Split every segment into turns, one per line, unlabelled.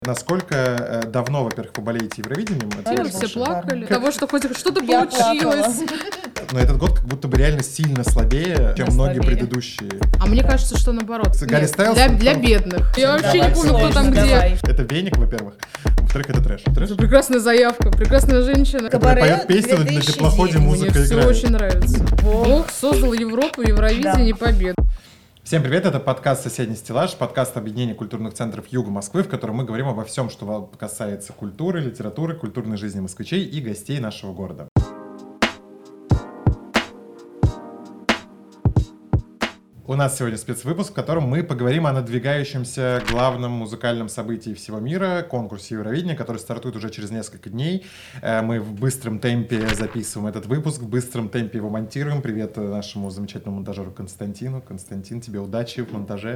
Насколько давно, во-первых, вы болеете Евровидением?
Все плакали. Того, что хоть что-то получилось.
Но этот год как будто бы реально сильно слабее, чем многие предыдущие.
А мне кажется, что наоборот.
Гарри Стайлз?
Для бедных. Я вообще не помню, кто там где.
Это веник, во-первых. Во-вторых, это трэш.
Это прекрасная заявка, прекрасная женщина.
Которая поет песню на теплоходе, музыка
Мне
играет.
все очень нравится. Бог создал Европу, Евровидение, победу.
Всем привет, это подкаст «Соседний стеллаж», подкаст объединения культурных центров Юга Москвы, в котором мы говорим обо всем, что касается культуры, литературы, культурной жизни москвичей и гостей нашего города. У нас сегодня спецвыпуск, в котором мы поговорим о надвигающемся главном музыкальном событии всего мира, конкурсе Евровидения, который стартует уже через несколько дней. Мы в быстром темпе записываем этот выпуск, в быстром темпе его монтируем. Привет нашему замечательному монтажеру Константину. Константин, тебе удачи в монтаже.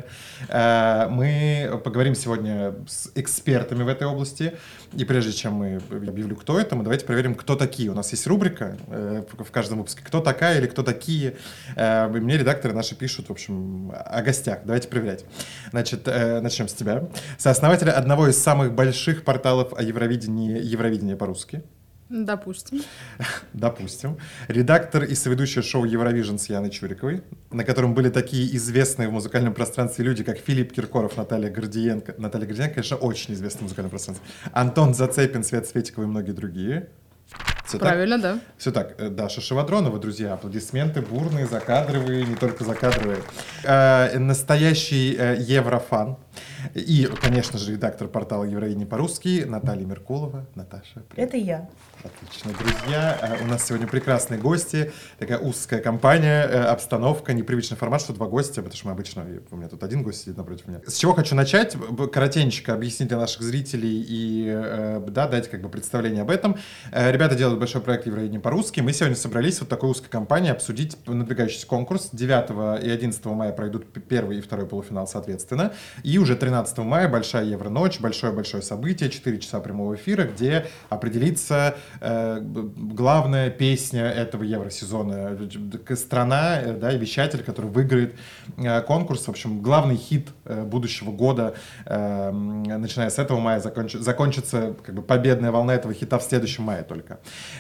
Мы поговорим сегодня с экспертами в этой области. И прежде чем мы объявлю, кто это, мы давайте проверим, кто такие. У нас есть рубрика в каждом выпуске «Кто такая» или «Кто такие?». И мне редакторы наши пишут, в общем, о гостях. Давайте проверять. Значит, начнем с тебя. Сооснователь одного из самых больших порталов о Евровидении, Евровидение по-русски.
Допустим.
Допустим. Редактор и соведущая шоу «Евровижн» с Яной Чуриковой, на котором были такие известные в музыкальном пространстве люди, как Филипп Киркоров, Наталья Гордиенко. Наталья Гордиенко, конечно, очень известна в музыкальном пространстве. Антон Зацепин, Свет Светикова и многие другие. Все
правильно,
так?
Да.
Все так. Даша Шевадронова, друзья. Аплодисменты бурные, закадровые, не только закадровые. Настоящий еврофан. И, конечно же, редактор портала Евровидение по-русски Наталья Меркулова. Наташа, привет.
Это я.
Отлично, друзья. У нас сегодня прекрасные гости. Такая узкая компания, обстановка, непривычный формат, что два гостя, потому что мы обычно... У меня тут один гость сидит напротив меня. С чего хочу начать? Коротенько объяснить для наших зрителей и дать как бы представление об этом. Ребята делают большой проект Евровидение по-русски. Мы сегодня собрались вот такой узкой компанией обсудить надвигающийся конкурс. 9 и 11 мая пройдут первый и второй полуфинал соответственно. И уже 13 мая большая Евроночь, большое-большое событие, 4 часа прямого эфира, где определится главная песня этого евросезона. Страна, да, и вещатель, который выиграет конкурс. В общем, главный хит будущего года, начиная с этого мая, закончится как бы победная волна этого хита в следующем мае только.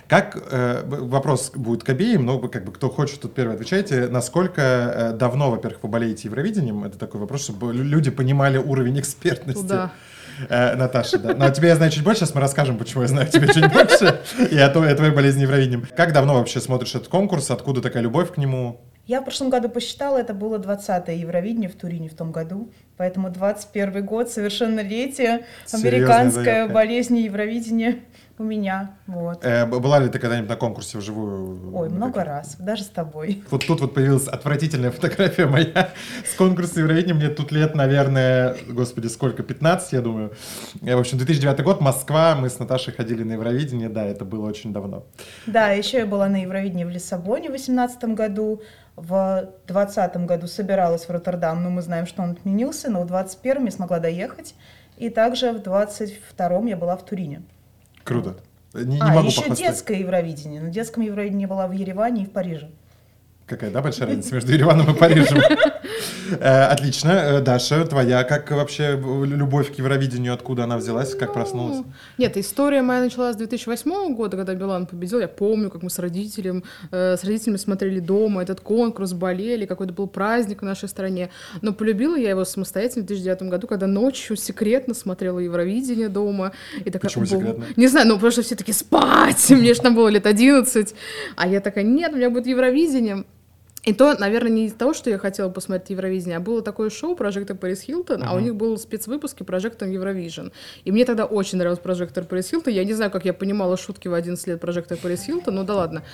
Вопрос будет к обеим, но как бы кто хочет, тут первый отвечайте. Насколько давно, во-первых, вы болеете Евровидением? Это такой вопрос, чтобы люди понимали уровень экспертности.
Туда.
Наташа, да. Но о тебе я знаю чуть больше, сейчас мы расскажем, почему я знаю тебя чуть больше, и о твоей болезни Евровидением. Как давно вообще смотришь этот конкурс, откуда такая любовь к нему?
Я в прошлом году посчитала, это было 20-е Евровидение в Турине в том году, поэтому 21 год, совершеннолетие, американская болезнь Евровидения у меня, вот.
Была ли ты когда-нибудь на конкурсе вживую?
Ой, много раз, даже с тобой.
Вот тут вот появилась отвратительная фотография моя с конкурса Евровидения. Мне тут лет, наверное, господи, сколько, 15, я думаю. В общем, 2009 год, Москва, мы с Наташей ходили на Евровидение, да, это было очень давно.
Да, еще я была на Евровидении в Лиссабоне в 2018 году. В 2020 году собиралась в Роттердам, но мы знаем, что он отменился, но в 2021 я смогла доехать. И также в 2022 я была в Турине.
Круто. Не могу
еще
похвастать.
детское Евровидение. На детском Евровидении я была в Ереване и в Париже.
Какая, да, большая разница между Ереваном и Парижем? Отлично. Даша, твоя как вообще любовь к Евровидению, откуда она взялась, как проснулась?
Нет, история моя началась с 2008 года, когда Билан победил. Я помню, как мы с родителями смотрели дома этот конкурс, болели, какой-то был праздник в нашей стране. Но полюбила я его самостоятельно в 2009 году, когда ночью секретно смотрела Евровидение дома. И такая,
почему секретно?
Не знаю, потому что все таки спать, мне же там было лет 11. А я такая, нет, у меня будет Евровидение. И то, наверное, не из-за того, что я хотела посмотреть Евровидение, а было такое шоу «Прожектор Пэрис Хилтон», а у них был спецвыпуск «Прожектор Евровижн». И мне тогда очень нравился «Прожектор Пэрис Хилтон». Я не знаю, как я понимала шутки в 11 лет «Прожектор Пэрис Хилтон», ну да ладно.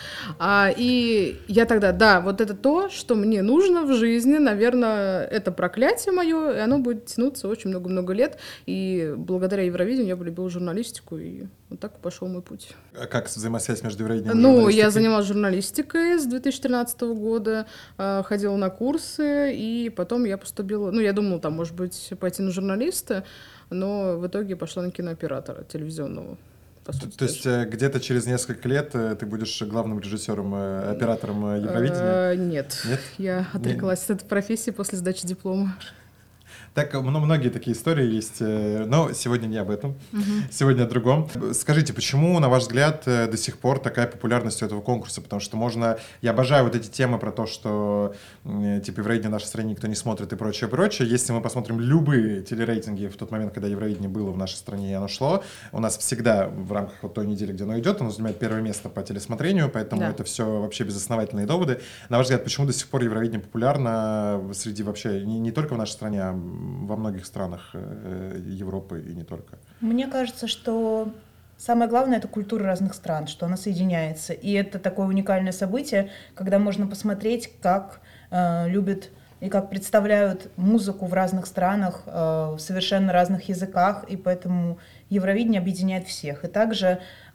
И я тогда, да, вот это то, что мне нужно в жизни, наверное, это проклятие мое, и оно будет тянуться очень много-много лет. И благодаря Евровидению я полюбила журналистику, и вот так пошел мой путь.
А как взаимосвязь между Евровидением и
журналистикой? Я занималась журналистикой с 2013 года. Ходила на курсы, и потом я поступила... я думала, там, может быть, пойти на журналиста, но в итоге пошла на кинооператора телевизионного.
То есть где-то через несколько лет ты будешь главным режиссером, оператором Евровидения?
Нет. Я отреклась от этой профессии после сдачи диплома.
Так, многие такие истории есть, но сегодня не об этом, сегодня о другом. Скажите, почему, на ваш взгляд, до сих пор такая популярность у этого конкурса? Потому что я обожаю вот эти темы про то, что типа Евровидение в нашей стране никто не смотрит и прочее, прочее. Если мы посмотрим любые телерейтинги в тот момент, когда Евровидение было в нашей стране и оно шло, у нас всегда в рамках вот той недели, где оно идет, оно занимает первое место по телесмотрению, поэтому это все вообще безосновательные доводы. На ваш взгляд, почему до сих пор Евровидение популярно среди вообще не только в нашей стране, а во многих странах Европы и не только?
Мне кажется, что самое главное — это культура разных стран, что она соединяется. И это такое уникальное событие, когда можно посмотреть, как любят и как представляют музыку в разных странах, в совершенно разных языках, и поэтому Евровидение объединяет всех. И также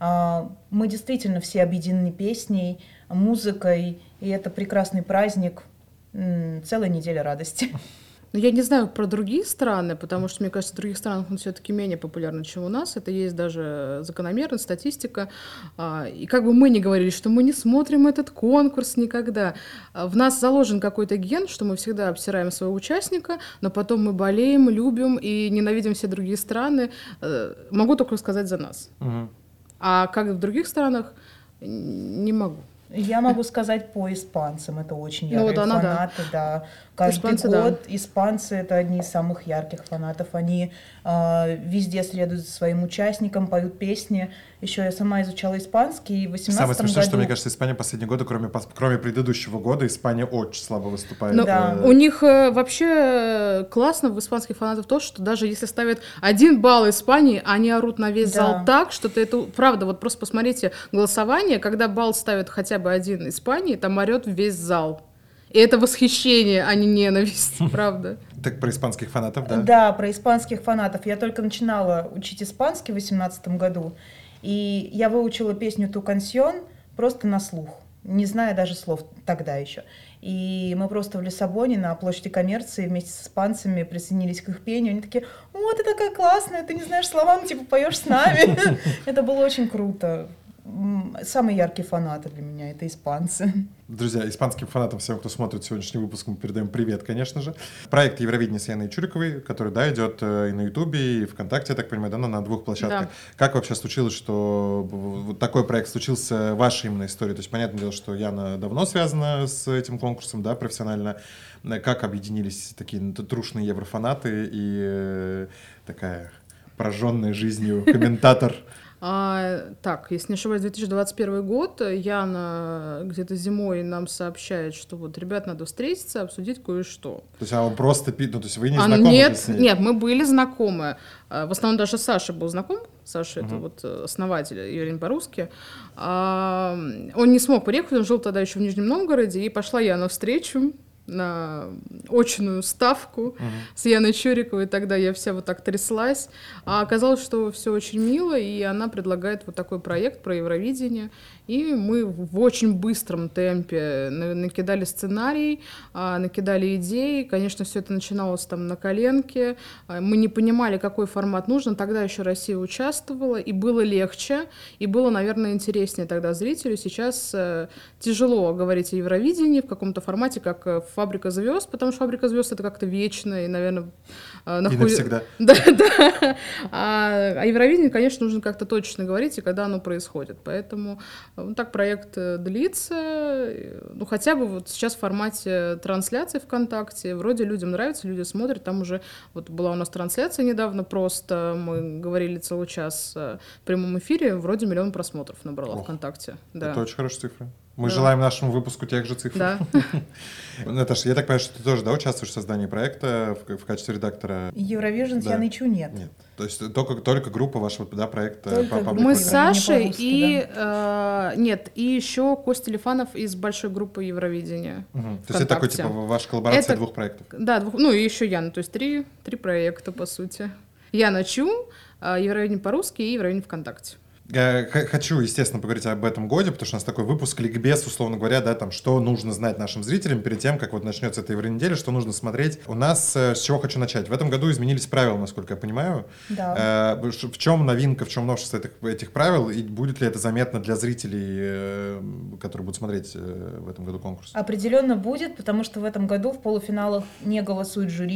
мы действительно все объединены песней, музыкой, и это прекрасный праздник, целая неделя радости.
Но я не знаю про другие страны, потому что, мне кажется, в других странах он все-таки менее популярен, чем у нас. Это есть даже закономерность, статистика. И как бы мы ни говорили, что мы не смотрим этот конкурс никогда, в нас заложен какой-то ген, что мы всегда обсираем своего участника, но потом мы болеем, любим и ненавидим все другие страны. Могу только сказать за нас. А как в других странах, не могу.
Я могу сказать по испанцам, это очень яркие фанаты, да. Каждый
испанцы,
год испанцы — это одни из самых ярких фанатов, они везде следуют за своим участникам, поют песни. Еще я сама изучала испанский, и в 2018 году...
Самое смешное, что, мне кажется, Испания последние годы, кроме предыдущего года, Испания очень слабо выступает.
Да.
У них вообще классно в испанских фанатов то, что даже если ставят 1 балл Испании, они орут на весь зал так, что это правда, вот просто посмотрите голосование, когда балл ставят хотя бы 1 Испании, там орет весь зал. И это восхищение, а не ненависть, правда.
Так про испанских фанатов, да?
Да, про испанских фанатов. Я только начинала учить испанский в 2018 году, и я выучила песню «Ту кансьон» просто на слух, не зная даже слов тогда еще. И мы просто в Лиссабоне на площади коммерции вместе с испанцами присоединились к их пению. Они такие: «О, ты такая классная, ты не знаешь слова, ну типа поешь с нами». Это было очень круто. Самые яркие фанаты для меня — это испанцы.
Друзья, испанским фанатам, всем, кто смотрит сегодняшний выпуск, мы передаем привет, конечно же. Проект Евровидение с Яной Чуриковой, который, да, идет и на Ютубе, и ВКонтакте, я так понимаю, да, на 2 площадках. Да. Как вообще случилось, что вот такой проект случился, ваша именно история? То есть, понятное дело, что Яна давно связана с этим конкурсом, да, профессионально. Как объединились такие трушные еврофанаты и такая прожженная жизнью комментатор?
Так, если не ошибаюсь, 2021 год, Яна где-то зимой нам сообщает, что вот, ребят, надо встретиться, обсудить кое-что.
То есть он просто, ну, то есть вы не знакомы?
Нет, мы были знакомы. В основном даже Саша был знаком. Саша — это вот основатель Евровидения по-русски. Он не смог приехать, он жил тогда еще в Нижнем Новгороде, и пошла я навстречу на очную ставку с Яной Чуриковой. Тогда я вся вот так тряслась. А оказалось, что все очень мило, и она предлагает вот такой проект про Евровидение. И мы в очень быстром темпе накидали сценарий, накидали идеи. Конечно, все это начиналось там на коленке. Мы не понимали, какой формат нужен. Тогда еще Россия участвовала, и было легче, и было, наверное, интереснее тогда зрителю. Сейчас тяжело говорить о Евровидении в каком-то формате, как «Фабрика звезд», потому что «Фабрика звезд» — это как-то вечно и, наверное,
и навсегда.
Да. А Евровидение, конечно, нужно как-то точно говорить, и когда оно происходит. Поэтому так проект длится. Ну, хотя бы вот сейчас в формате трансляции ВКонтакте. Вроде людям нравится, люди смотрят. Там уже вот была у нас трансляция недавно, просто мы говорили целый час в прямом эфире, вроде 1 миллион просмотров набрала ВКонтакте. Да.
Это очень хорошая цифра. Мы желаем нашему выпуску тех же цифр.
Да.
Наташа, я так понимаю, что ты тоже, да, участвуешь в создании проекта в качестве редактора?
Eurovision с Яной Чу нет.
Нет. То есть только группа вашего, да, проекта?
Мы с Сашей и... Нет, и еще Костя Лифанов из большой группы Евровидения.
То есть это такой, типа, ваша коллаборация 2 проектов?
Да, ну и еще Яна, то есть 3 проекта, по сути. Яна Чу, Евровидение по-русски и Евровидение ВКонтакте.
Я хочу, естественно, поговорить об этом годе, потому что у нас такой выпуск ликбез, условно говоря, да, там, что нужно знать нашим зрителям перед тем, как вот начнется эта Евронеделя, что нужно смотреть. У нас, с чего хочу начать. В этом году изменились правила, насколько я понимаю.
Да.
В чем новинка, в чем новшество этих правил, и будет ли это заметно для зрителей, которые будут смотреть в этом году конкурс?
Определенно будет, потому что в этом году в полуфиналах не голосует жюри.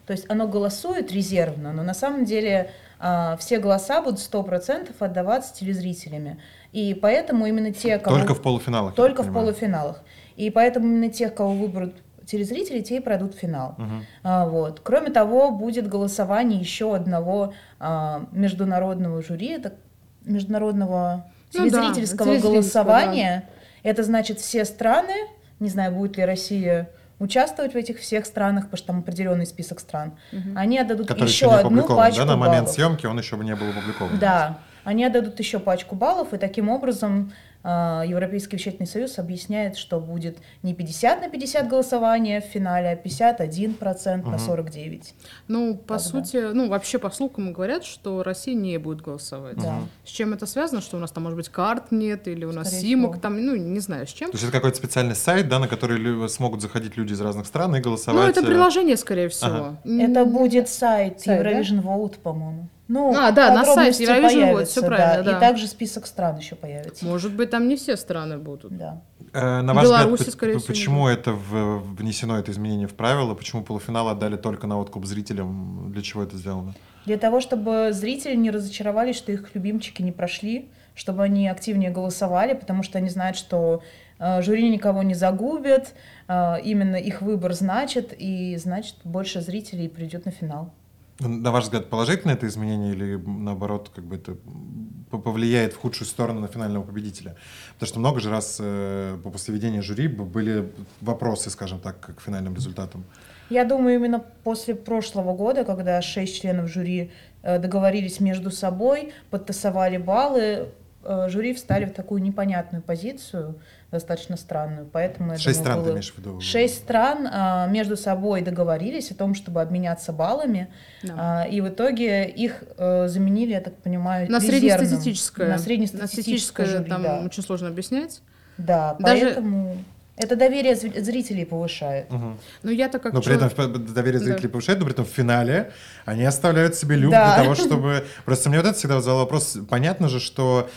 То есть оно голосует резервно, но на самом деле все голоса будут 100% отдаваться телезрителями. И поэтому именно те, кого...
Только в полуфиналах.
Только в полуфиналах. И поэтому именно тех, кого выберут телезрители, те и пройдут в финал. Вот. Кроме того, будет голосование еще одного международного жюри, это международного телезрительского голосования. Да. Это значит все страны, не знаю, будет ли Россия участвовать в этих всех странах, потому что там определенный список стран. Они отдадут еще одну пачку
на момент
баллов.
съемки он еще не был опубликован.
Да, они отдадут еще пачку баллов, и таким образом Европейский вещательный союз объясняет, что будет не 50/50 голосования в финале, а 51% на 49%.
Ну, по сути, вообще по слухам говорят, что Россия не будет голосовать.
Да.
С чем это связано? Что у нас там, может быть, карт нет, или у нас
Скорее
симок,
всего.
там, не знаю, с чем.
То есть это какой-то специальный сайт, да, на который смогут заходить люди из разных стран и голосовать?
Ну, это приложение, скорее всего.
Это будет сайт
Сайт,
Eurovision Vote, по-моему.
Да, на сайте Eurovision Vote, все правильно, да.
И также список стран еще появится.
Может быть, там не все страны будут.
Да.
На ваш
Беларуси,
взгляд,
скорее всего,
почему это внесено, это изменение в правила? Почему полуфинал отдали только на откуп зрителям? Для чего это сделано?
Для того, чтобы зрители не разочаровались, что их любимчики не прошли, чтобы они активнее голосовали, потому что они знают, что жюри никого не загубит, именно их выбор значит, и значит больше зрителей придет на финал.
На ваш взгляд, положительное это изменение или наоборот, как бы это повлияет в худшую сторону на финального победителя? Потому что много же раз после ведения жюри были вопросы, скажем так, к финальным результатам.
Я думаю, именно после прошлого года, когда 6 членов жюри договорились между собой, подтасовали баллы, жюри встали в такую непонятную позицию, достаточно странную. Поэтому, я
6
думаю,
стран,
было...
ты имеешь в виду?
6 стран между собой договорились о том, чтобы обменяться баллами,
Да.
и в итоге их заменили, я так понимаю,
На
резервным.
среднестатистическое.
На среднестатистическое жюри,
там
да.
очень сложно объяснять.
Да,
Даже-
поэтому это доверие зрителей повышает.
Но я-то как
Но при
человек-
этом доверие зрителей
Да.
повышает, но при этом в финале они оставляют себе люфт
Да.
для того, чтобы... Просто мне вот это всегда вызывало вопрос. Понятно же, что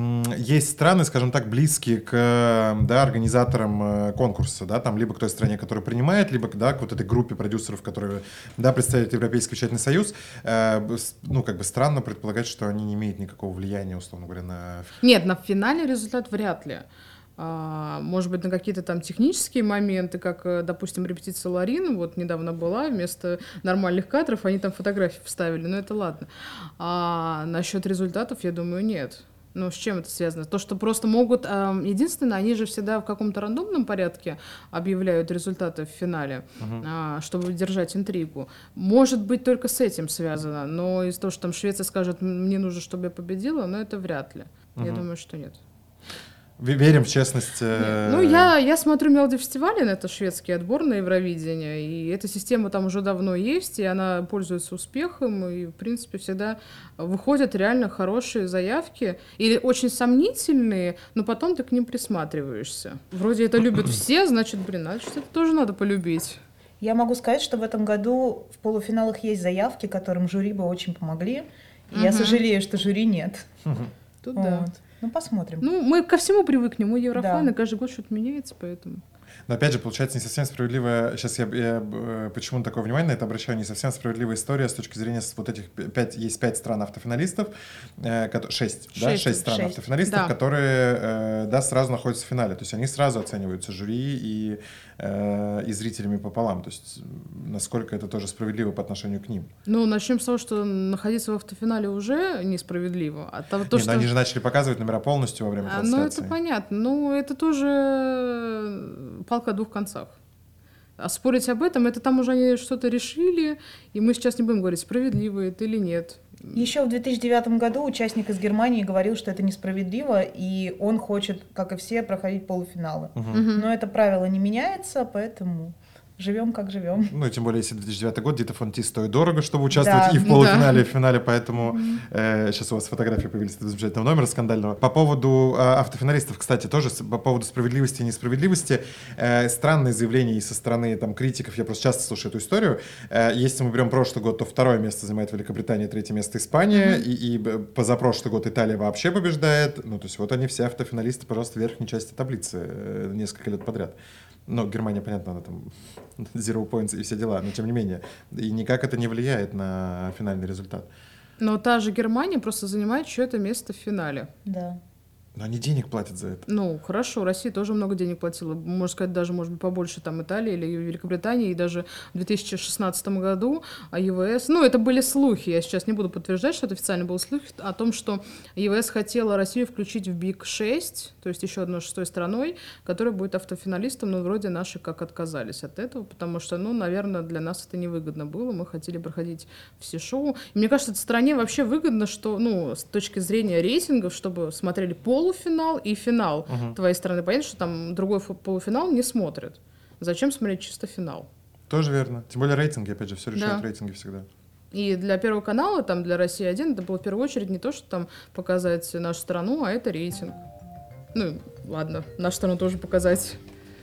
есть страны, скажем так, близкие к организаторам конкурса, да, там либо к той стране, которая принимает, либо к вот этой группе продюсеров, которые представляют Европейский вещательный союз. Как бы странно предполагать, что они не имеют никакого влияния, условно говоря, на...
Нет, на финале результат вряд ли. Может быть, на какие-то там технические моменты, как, допустим, репетиция Ларины, вот недавно была, вместо нормальных кадров они там фотографии вставили, но это ладно. А насчет результатов, я думаю, нет. Ну, с чем это связано? То, что просто могут... Единственное, они же всегда в каком-то рандомном порядке объявляют результаты в финале, чтобы держать интригу. Может быть, только с этим связано, но из-за того, что там Швеция скажет, мне нужно, чтобы я победила, но это вряд ли. Я думаю, что нет.
Верим в честность.
Ну, я смотрю мелодифестивали, это шведский отбор на Евровидение, и эта система там уже давно есть, и она пользуется успехом, и, в принципе, всегда выходят реально хорошие заявки, или очень сомнительные, но потом ты к ним присматриваешься. Вроде это любят все, значит, это тоже надо полюбить.
Я могу сказать, что в этом году в полуфиналах есть заявки, которым жюри бы очень помогли. И я сожалею, что жюри нет.
Тут да.
Вот. Ну, посмотрим.
Ну, мы ко всему привыкнем, мы еврофаны,
Да.
каждый год что-то меняется, поэтому...
Но опять же, получается не совсем справедливая, сейчас я почему на такое внимание на это обращаю, не совсем справедливая история с точки зрения вот этих 5 стран автофиналистов, 6 стран
Шесть.
автофиналистов,
Да.
которые сразу находятся в финале, то есть они сразу оцениваются жюри и зрителями пополам, то есть насколько это тоже справедливо по отношению к ним.
Ну, начнем с того, что находиться в автофинале уже несправедливо. А то,
Нет,
что...
они же начали показывать номера полностью во время
Ну,
трансляции.
это понятно. Ну, это тоже палка о двух концах. А спорить об этом, это там уже они что-то решили, и мы сейчас не будем говорить, справедливо это или нет.
Еще в 2009 году участник из Германии говорил, что это несправедливо, и он хочет, как и все, проходить полуфиналы. Но это правило не меняется, поэтому живем как живем.
Ну, и тем более, если 2009 год, Дита фон Ти стоит дорого, чтобы участвовать
Да.
и в полуфинале, и в финале, поэтому сейчас у вас фотографии появились этого замечательного номера скандального. По поводу автофиналистов, кстати, тоже по поводу справедливости и несправедливости, странные заявления и со стороны там критиков, я просто часто слушаю эту историю. Если мы берем прошлый год, то второе место занимает Великобритания, третье место Испания, и позапрошлый год Италия вообще побеждает. Ну, то есть вот они все автофиналисты, пожалуйста, в верхней части таблицы несколько лет подряд. Ну, Германия, понятно, она там zero points и все дела, но тем не менее. И никак это не влияет на финальный результат.
Но та же Германия просто занимает чье-то место в финале.
Да.
Но они денег платят за это.
Ну, хорошо, Россия тоже много денег платила. Можно сказать, даже, может быть, побольше там Италии или Великобритании. И даже в 2016 году ЕВС... Ну, это были слухи. Я сейчас не буду подтверждать, что это официально был слух о том, что ЕВС хотела Россию включить в Биг 6, то есть еще одной шестой страной, которая будет автофиналистом, но вроде наши как отказались от этого, потому что, ну, наверное, для нас это невыгодно было. Мы хотели проходить все шоу. И мне кажется, этой стране вообще выгодно, что, ну, с точки зрения рейтингов, чтобы смотрели полуфинал и финал твоей страны. Понятно, что там другой полуфинал не смотрят. Зачем смотреть чисто финал?
Тоже верно. Тем более рейтинги, опять же, все решают рейтинги всегда.
И для Первого канала, там, для России-1, это было в первую очередь не то, что там показать нашу страну, а это рейтинг. Ну, ладно, нашу страну тоже показать.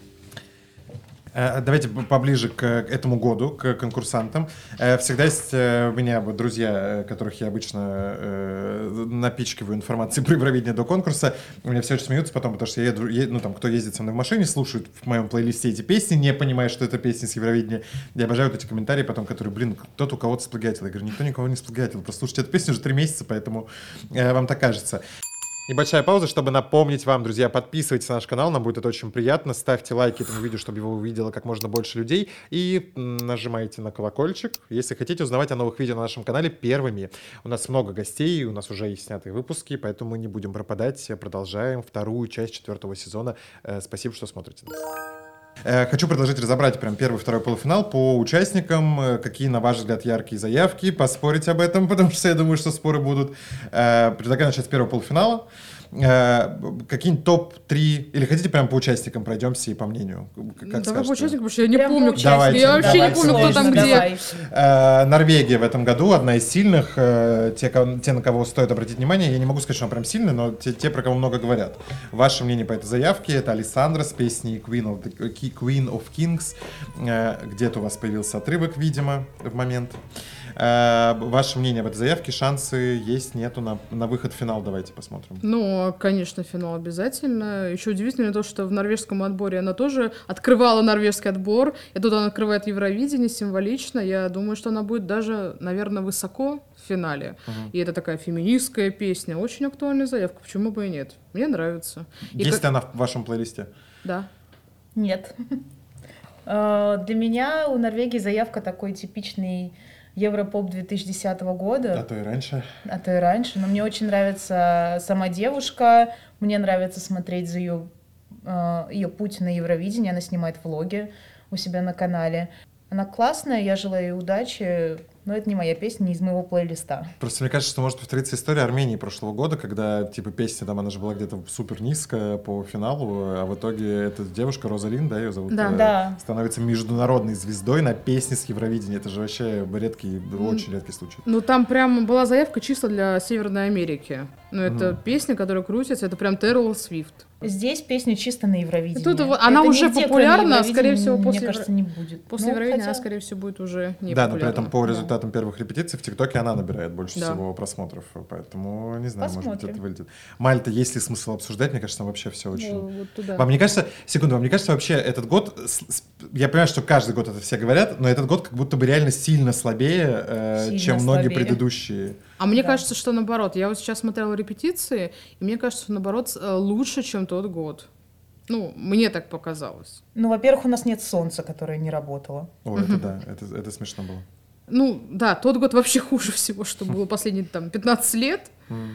Давайте поближе к этому году, к конкурсантам. Всегда есть у меня вот друзья, которых я обычно напичкиваю информацией про Евровидение до конкурса. У меня все очень смеются потом, потому что я еду, ну там, кто ездит со мной в машине, слушает в моем плейлисте эти песни, не понимая, что это песни с Евровидения. Я обожаю вот эти комментарии потом, которые, блин, кто-то у кого-то сплагиатил. Я говорю, никто никого не сплагиатил. Просто слушайте эту песню уже 3 месяца, поэтому вам так кажется. Небольшая пауза, чтобы напомнить вам, друзья, подписывайтесь на наш канал, нам будет это очень приятно, ставьте лайки этому видео, чтобы его увидело как можно больше людей, и нажимайте на колокольчик, если хотите узнавать о новых видео на нашем канале первыми. У нас много гостей, у нас уже есть снятые выпуски, поэтому мы не будем пропадать, продолжаем вторую часть 4-го сезона. Спасибо, что смотрите нас. Хочу предложить разобрать прям первый, второй полуфинал по участникам, какие, на ваш взгляд, яркие заявки, поспорить об этом, потому что я думаю, что споры будут. Предлагаю начать с первого полуфинала. Какие-нибудь топ-3, или хотите прям по участникам пройдемся и по мнению? Как
Давай по
скажете?
участникам, потому что я не
Прям
помню.
по участникам.
Я вообще
Давай,
не помню, кто там
сложно,
где.
давай.
Норвегия в этом году одна из сильных. Те, на кого стоит обратить внимание, я не могу сказать, что она прям сильная, но те, про кого много говорят. Ваше мнение по этой заявке? Это Алессандра с песней Queen of Kings. Где-то у вас появился отрывок, видимо, в момент. Ваше мнение об этой заявке? Шансы есть, нету на выход в финал? Давайте посмотрим.
Ну, конечно, финал обязательно. Еще удивительно то, что в норвежском отборе она тоже открывала норвежский отбор, и тут она открывает Евровидение символично. Я думаю, что она будет даже, наверное, высоко в финале. И это такая феминистская песня, очень актуальная заявка, почему бы и нет. Мне нравится.
Есть ли она в вашем плейлисте?
Да.
Нет. Для меня у Норвегии заявка такой типичный Европоп 2010 года.
А то и раньше.
А то и раньше. Но мне очень нравится сама девушка. Мне нравится смотреть за ее путь на Евровидение. Она снимает влоги у себя на канале. Она классная, я желаю ей удачи. Но это не моя песня, не из моего плейлиста. Просто
мне кажется, что может повториться история Армении прошлого года, когда, типа, песня там, она же была где-то супер низкая по финалу, а в итоге эта девушка, Роза Лин, да, ее зовут,
Да.
становится международной звездой на песне с Евровидения. Это же вообще редкий, очень редкий случай.
Ну, там прям была заявка чисто для Северной Америки. Ну, это песня, которая крутится, это прям Тейлор Свифт.
Здесь песня чисто на Евровидении.
Тут она
это
уже популярна, скорее всего,
мне кажется, не будет.
После Евровидения она, скорее всего, будет уже не
да,
популярна.
но при этом по результатам первых репетиций в ТикТоке она набирает больше всего просмотров, поэтому, не знаю,
посмотрим.
Может быть, это вылетит. Мальта, есть ли смысл обсуждать? Мне кажется, там вообще все очень...
Вот туда.
Вам не кажется, вам не кажется вообще этот год, я понимаю, что каждый год это все говорят, но этот год как будто бы реально сильно слабее, чем многие предыдущие.
А мне кажется, что наоборот. Я вот сейчас смотрела репетиции, и мне кажется, что наоборот лучше, чем тот год. Ну, мне так показалось.
Ну, во-первых, у нас нет солнца, которое не работало.
О, это да, это смешно было.
Ну, да, тот год вообще хуже всего, что было последние там 15 лет.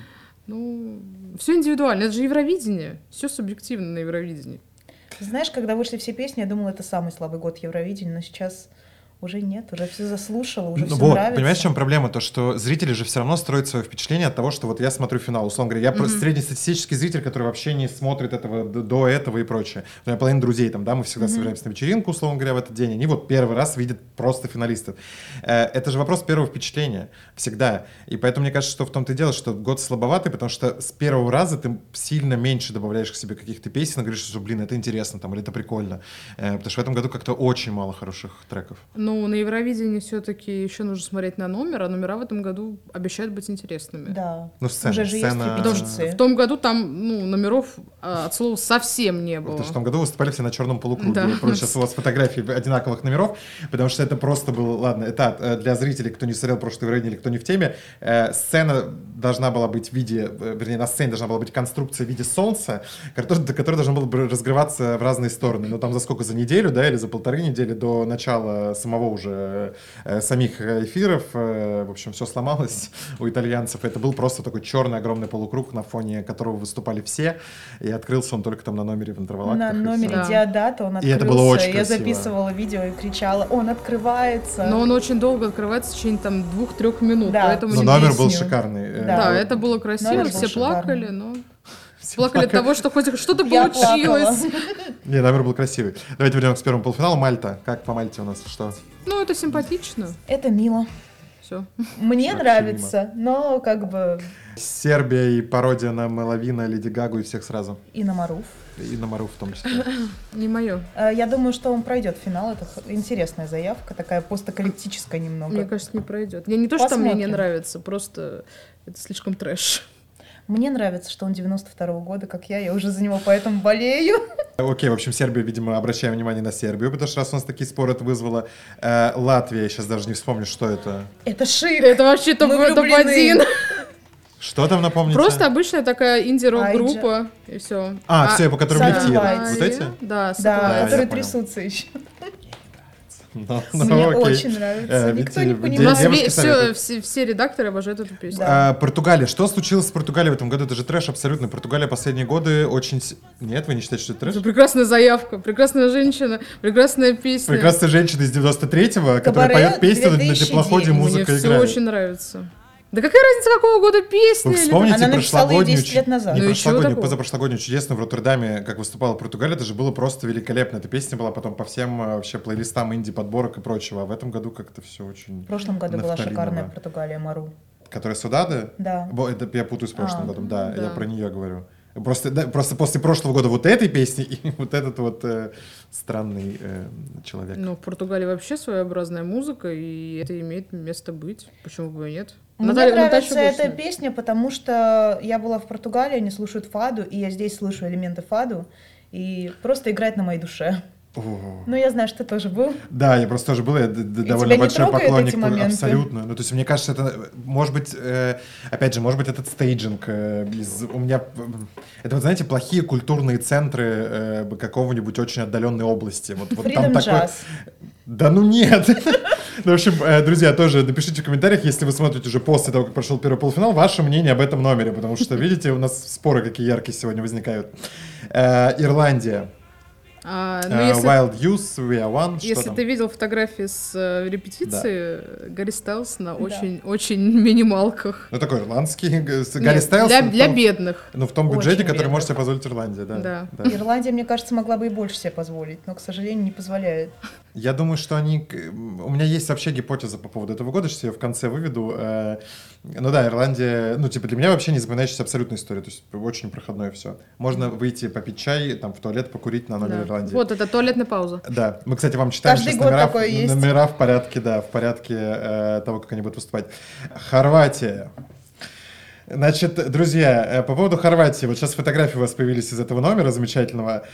Ну, все индивидуально. Это же Евровидение. Все субъективно на Евровидении.
Знаешь, когда вышли все песни, я думала, это самый слабый год Евровидения, но сейчас уже нет, уже все заслушала, уже все нравится.
Понимаешь, в чем проблема? То, что зрители же все равно строят свое впечатление от того, что вот я смотрю финал. Условно говоря, я просто среднестатистический зритель, который вообще не смотрит этого до этого и прочее. У меня половина друзей там, да, мы всегда собираемся на вечеринку, условно говоря, в этот день. Они вот первый раз видят просто финалистов. Это же вопрос первого впечатления. Всегда. И поэтому мне кажется, что в том-то и дело, что год слабоватый, потому что с первого раза ты сильно меньше добавляешь к себе каких-то песен и говоришь, что, блин, это интересно там, или это прикольно. Потому что в этом году как-то очень мало хороших треков.
Ну, на Евровидении все-таки еще нужно смотреть на номер, а номера в этом году обещают быть интересными.
Да.
Ну, сцена,
уже же есть
Потому
репетиции.
что в том году там, ну, номеров от слова совсем не было.
Потому что в том году выступали все на черном полукруге.
Да.
Сейчас у вас фотографии одинаковых номеров, потому что это просто было... Ладно, это для зрителей, кто не смотрел прошлое Евровидение или кто не в теме, сцена должна была быть в виде... Вернее, на сцене должна была быть конструкция в виде солнца, которая должна была бы разгреваться в разные стороны. Но там за сколько? За неделю, да, или за 1,5 недели до начала самого уже самих эфиров. В общем, все сломалось у итальянцев. Это был просто такой черный огромный полукруг, на фоне которого выступали все. И открылся он только там на номере в интервалактах.
На номере
Да.
Диодата он
И
открылся.
это было очень
Я
красиво.
записывала видео и кричала: он открывается.
Но он очень долго открывается, в течение там 2-3 минут.
Да.
Поэтому
Но
не-
номер был
песню.
шикарный.
Да.
Да, это было красиво,
Номер был
все плакали,
шикарный.
но... Плакали от того, что хоть что-то
Я
получилось.
плакала.
Не, номер был красивый. Давайте вернемся к первому полуфиналу. Мальта. Как по Мальте у нас? Что?
Ну, это симпатично.
Это мило.
Все.
Мне
Вообще
нравится, но как бы
Сербия и пародия на Меловина, Леди Гагу и всех сразу.
и на Маруф.
И на Маруф в том числе.
Не мое.
Я думаю, что он пройдет финал. Это интересная заявка, такая постакалиптическая немного.
Мне кажется, не пройдет. Я не то, что мне не
Посмотрим.
нравится, просто это слишком трэш.
Мне нравится, что он 92-го года, как я уже за него поэтому болею.
Окей, в общем, Сербия, видимо, обращаем внимание на Сербию, потому что раз у нас такие споры это вызвало. Латвия, я сейчас даже не вспомню, что это.
Это шик.
Это вообще
Мы влюблены.
топ-1.
Что там, напомните?
Просто обычная такая инди-рок-группа, и все.
все, по которым
Сатан
летит.
Вайт.
Вот эти?
Да,
Да,
я
которые
понял.
трясутся еще.
Ну,
Мне
окей.
очень нравится. Никто не
видите,
У
понимает.
нас
девушки советуют.
все редакторы обожают эту песню.
Да.
Португалия. Что случилось с Португалией в этом году? Это же трэш абсолютно. Португалия последние годы очень... Нет, вы не считаете, что это трэш?
Это прекрасная заявка, прекрасная женщина, прекрасная песня.
Прекрасная женщина из 93-го, которая
Кабаре
поет песню на
2009.
теплоходе,
Мне
музыка
все
играет.
очень нравится. Да какая разница, какого года песня?
Вы
или
вспомните
Она написала ее
прошлогоднюю,
10 лет назад.
не
Ну и
прошлогоднюю,
чего такого?
позапрошлогоднюю чудесную в Роттердаме, как выступала Португалия, это же было просто великолепно. Эта песня была потом по всем вообще плейлистам инди-подборок и прочего. А в этом году как-то все очень...
В прошлом году была
нафталиново.
шикарная Португалия, Мару.
Которая Судады?
Да.
Это я путаю с прошлым годом, да,
да.
я про нее говорю. Просто после прошлого года вот этой песни и вот этот вот странный человек.
Ну, в Португалии вообще своеобразная музыка, и это имеет место быть. Почему бы и нет?
Мне
Наталья
нравится
больше
эта
нет.
песня, потому что я была в Португалии, они слушают фаду, и я здесь слышу элементы фаду, и просто играет на моей душе.
О.
Но я знаю, что ты тоже был.
Да, я просто тоже был, я довольно
тебя не
большой
трогают
поклонник.
эти моменты?
Абсолютно. Ну, то есть, мне кажется, это, может быть, опять же, может быть, этот стейджинг у меня... Это, вот, знаете, плохие культурные центры какого-нибудь очень отдаленной области. Вот там
Freedom
такой...
Jazz.
Да ну нет! Ну, в общем, друзья, тоже напишите в комментариях, если вы смотрите уже после того, как прошел первый полуфинал, ваше мнение об этом номере, потому что, видите, у нас споры какие яркие сегодня возникают. Ирландия.
Ну, если
Wild Youth, We Are One. Что
если
там?
ты видел фотографии с репетиции, Гарри Стайлс на очень минималках.
Ну, такой ирландский. Гарри
Нет,
Стайлс.
для бедных.
Ну, в том
Очень
бюджете, который
бедных.
может себе позволить Ирландия, да.
Да.
Ирландия, мне кажется, могла бы и больше себе позволить, но, к сожалению, не позволяет.
Я думаю, что они... У меня есть вообще гипотеза по поводу этого года, сейчас я ее в конце выведу. Ну да, Ирландия... Ну, типа, для меня вообще не запоминающаяся абсолютная история. То есть очень проходное все. Можно выйти попить чай, там, в туалет, покурить на номере
Да.
Ирландии.
Вот это туалетная пауза.
Да, мы, кстати, вам читаем
Каждый
сейчас
год такое есть.
номера в порядке, да, в порядке того, как они будут выступать. Хорватия. Значит, друзья, по поводу Хорватии, вот сейчас фотографии у вас появились из этого номера замечательного,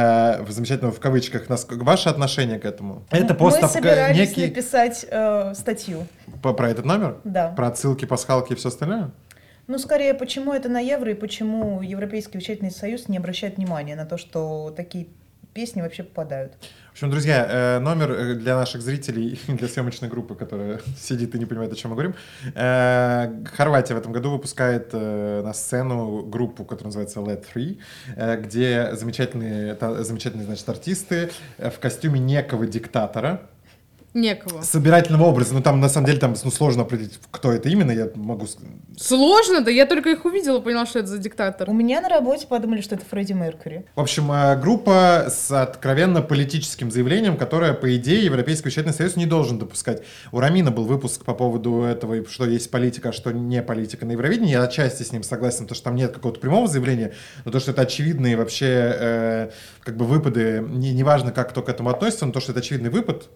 в кавычках. Ваше отношение к этому? Это
Мы
пост
собирались
некий
написать статью.
про этот номер?
Да.
Про отсылки, пасхалки и все остальное?
Ну, скорее, почему это на евро и почему Европейский учительный союз не обращает внимания на то, что такие песни вообще попадают.
В общем, друзья, номер для наших зрителей, для съемочной группы, которая сидит и не понимает, о чем мы говорим. Хорватия в этом году выпускает на сцену группу, которая называется Let 3, где замечательные, значит, артисты в костюме некого диктатора.
Некого.
Собирательного образа. Ну, там, на самом деле, там сложно определить, кто это именно. Я могу...
Сложно, да я только их увидела, поняла, что это за диктатор.
У меня на работе подумали, что это Фредди Меркьюри.
В общем, группа с откровенно политическим заявлением, которое, по идее, Европейский учительный союз не должен допускать. У Рамина был выпуск по поводу этого, что есть политика, а что не политика на Евровидении. Я отчасти с ним согласен, потому что там нет какого-то прямого заявления, но то, что это очевидные вообще как бы выпады, неважно, как кто к этому относится, но то, что это очевидный выпад,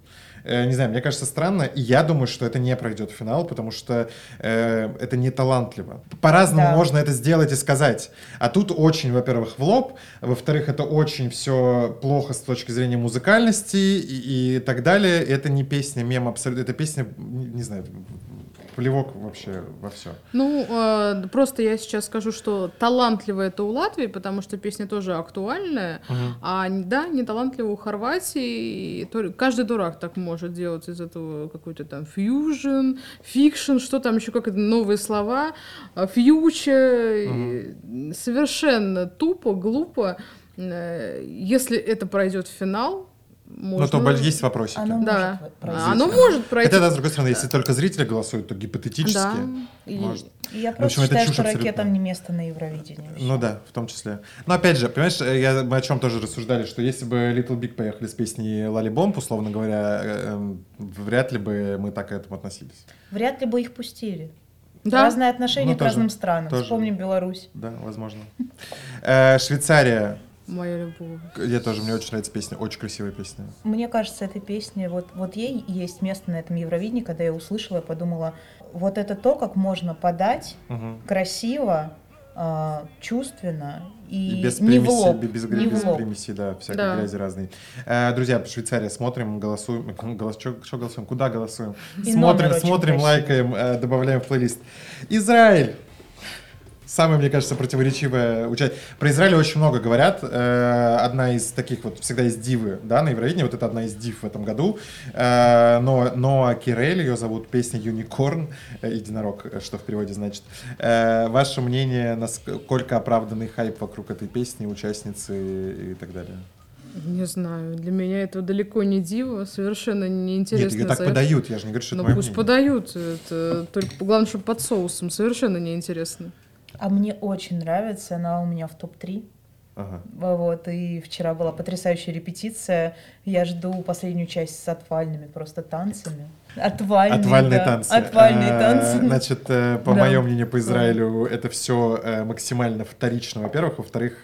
не знаю, мне кажется странно, и я думаю, что это не пройдет в финал, потому что это не талантливо. По-разному можно это сделать и сказать. А тут очень, во-первых, в лоб, во-вторых, это очень все плохо с точки зрения музыкальности и так далее. Это не песня, мем абсолютно, это песня, не знаю, плевок вообще во все.
Просто я сейчас скажу, что талантливо это у Латвии, потому что песня тоже актуальная, а да, не талантливо у Хорватии. Каждый дурак так может делать из этого какой-то там фьюжн, фикшн, что там еще, как это, новые слова, фьючер. Совершенно тупо, глупо. Если это пройдет в финал, можно...
Но то есть вопросики.
Оно может пройти.
Хотя, да, с другой стороны, если только зрители голосуют, то гипотетически может.
Я просто считаю, что ракетам не место на Евровидении.
Ну да, в том числе. Но опять же, понимаешь, мы о чем тоже рассуждали, что если бы Little Big поехали с песней Лали Бомб, условно говоря, вряд ли бы мы так к этому относились.
Вряд ли бы их пустили.
Да.
Разные отношения к разным странам.
Тоже.
Вспомним Беларусь.
Да, возможно. Швейцария.
Моя любовь.
Мне очень нравится песня, очень красивая песня.
Мне кажется, этой песне, вот ей есть место на этом Евровидении. Когда я услышала, я подумала, вот это то, как можно подать красиво, чувственно и
без
не
примеси,
в лоб.
без примесей, да, всякой грязи разной. Друзья, Швейцария, смотрим, голосуем. Что голосуем? Куда голосуем?
И
Смотрим, лайкаем, добавляем в плейлист. Израиль! Самое, мне кажется, противоречивое участие. Про Израиль очень много говорят. Одна из таких вот, всегда есть дивы, да, на Евровидении. Вот это одна из див в этом году. Но Кирель, ее зовут, песня «Юникорн», единорог, что в переводе значит. Ваше мнение, насколько оправданный хайп вокруг этой песни, участницы и так далее?
Не знаю, для меня это далеко не дива, совершенно неинтересно.
Нет, ее так подают, я же не говорю, что это
мое
мнение.
Пусть подают, это только главное, чтобы под соусом, совершенно неинтересно.
А мне очень нравится, она у меня в топ-3.
Ага.
Вот, и вчера была потрясающая репетиция. Я жду последнюю часть с отвальными просто танцами. Отвальные танцы. Отвальные танцы.
Значит, по моему мнению, по Израилю это все максимально вторично, во-первых. Во-вторых,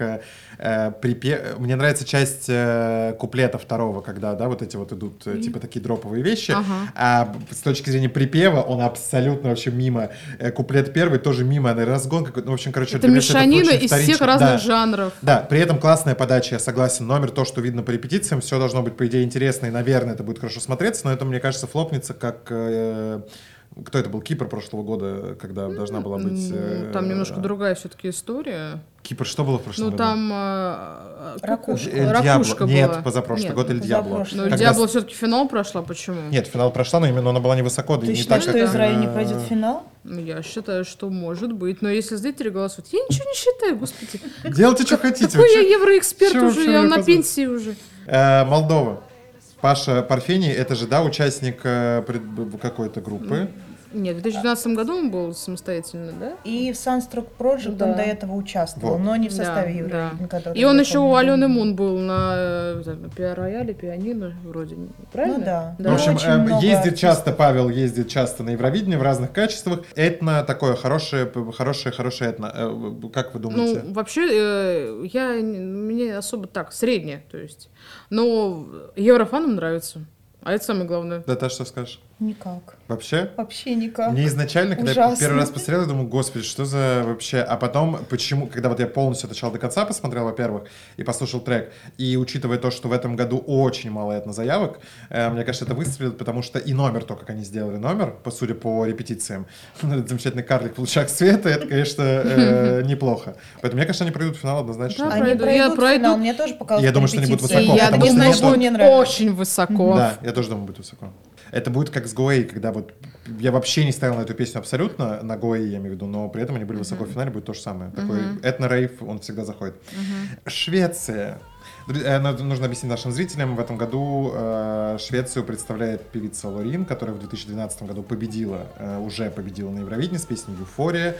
мне нравится часть куплета второго, когда, да, вот эти вот идут типа такие дроповые вещи. А с точки зрения припева он абсолютно вообще мимо. Куплет первый тоже мимо, разгон какой-то. Ну, в общем, короче,
это мешанина из всех разных жанров.
Да, при этом классная подача, я согласен. Номер, то, что видно по репетициям, все должно быть, по идее, интересно, и, наверное, это будет хорошо смотреться, но это, мне кажется, флопнется, как... Кто это был? Кипр прошлого года, когда должна была быть...
Там немножко другая все-таки история.
Кипр что было в прошлом году?
Там
Ракушка
была.
Нет, позапрошлый год Эль Диабло.
Но Эль Диабло все-таки финал прошла, почему?
Нет, финал прошла, но именно она была невысоко.
Ты считаешь, что Израиль не пройдет в финал?
Я считаю, что может быть. Но если зрители голосуют, я ничего не считаю, господи.
Делайте, что хотите.
Какой я евроэксперт уже, я на пенсии уже.
Молдова. Паша Парфений, это же, да, участник какой-то группы.
Нет, в 2012 году он был самостоятельно, да?
И в Sunstruck Project он до этого участвовал, но не в составе Евровидения.
И он еще у Алены Мун был на пиар-рояле, пианино вроде, правильно?
Ну да.
В общем, ездит часто, Павел ездит часто на Евровидение в разных качествах. Этно такое хорошее этно. Как вы думаете?
Ну, вообще, мне особо так, среднее, то есть. Но еврофанам нравится. А это самое главное.
Да, что скажешь?
Никак.
Вообще?
Вообще никак.
Мне изначально, когда я первый раз посмотрел, я думал, господи, что за вообще... А потом, почему, когда вот я полностью от начала до конца посмотрел, во-первых, и послушал трек, и учитывая то, что в этом году очень мало этнозаявок, мне кажется, это выстрелит, потому что и номер, то, как они сделали номер, судя по репетициям, замечательный карлик в лучах света, это, конечно, неплохо. Поэтому, мне кажется, они пройдут в финал однозначно.
Да, они пройдут в финал, мне тоже показалось.
Я думаю, что они будут высоко.
Я думаю, что будет очень высоко.
Да, я тоже думаю, будет высоко. Это будет как с Гоэй, когда вот я вообще не ставил на эту песню абсолютно, на Гоэй я имею в виду, но при этом они были высоко в финале, будет то же самое. Такой этно-рейв, он всегда заходит. Швеция. Нужно объяснить нашим зрителям, в этом году Швецию представляет певица Лорин, которая в 2012 году уже победила на Евровидении с песней «Эйфория».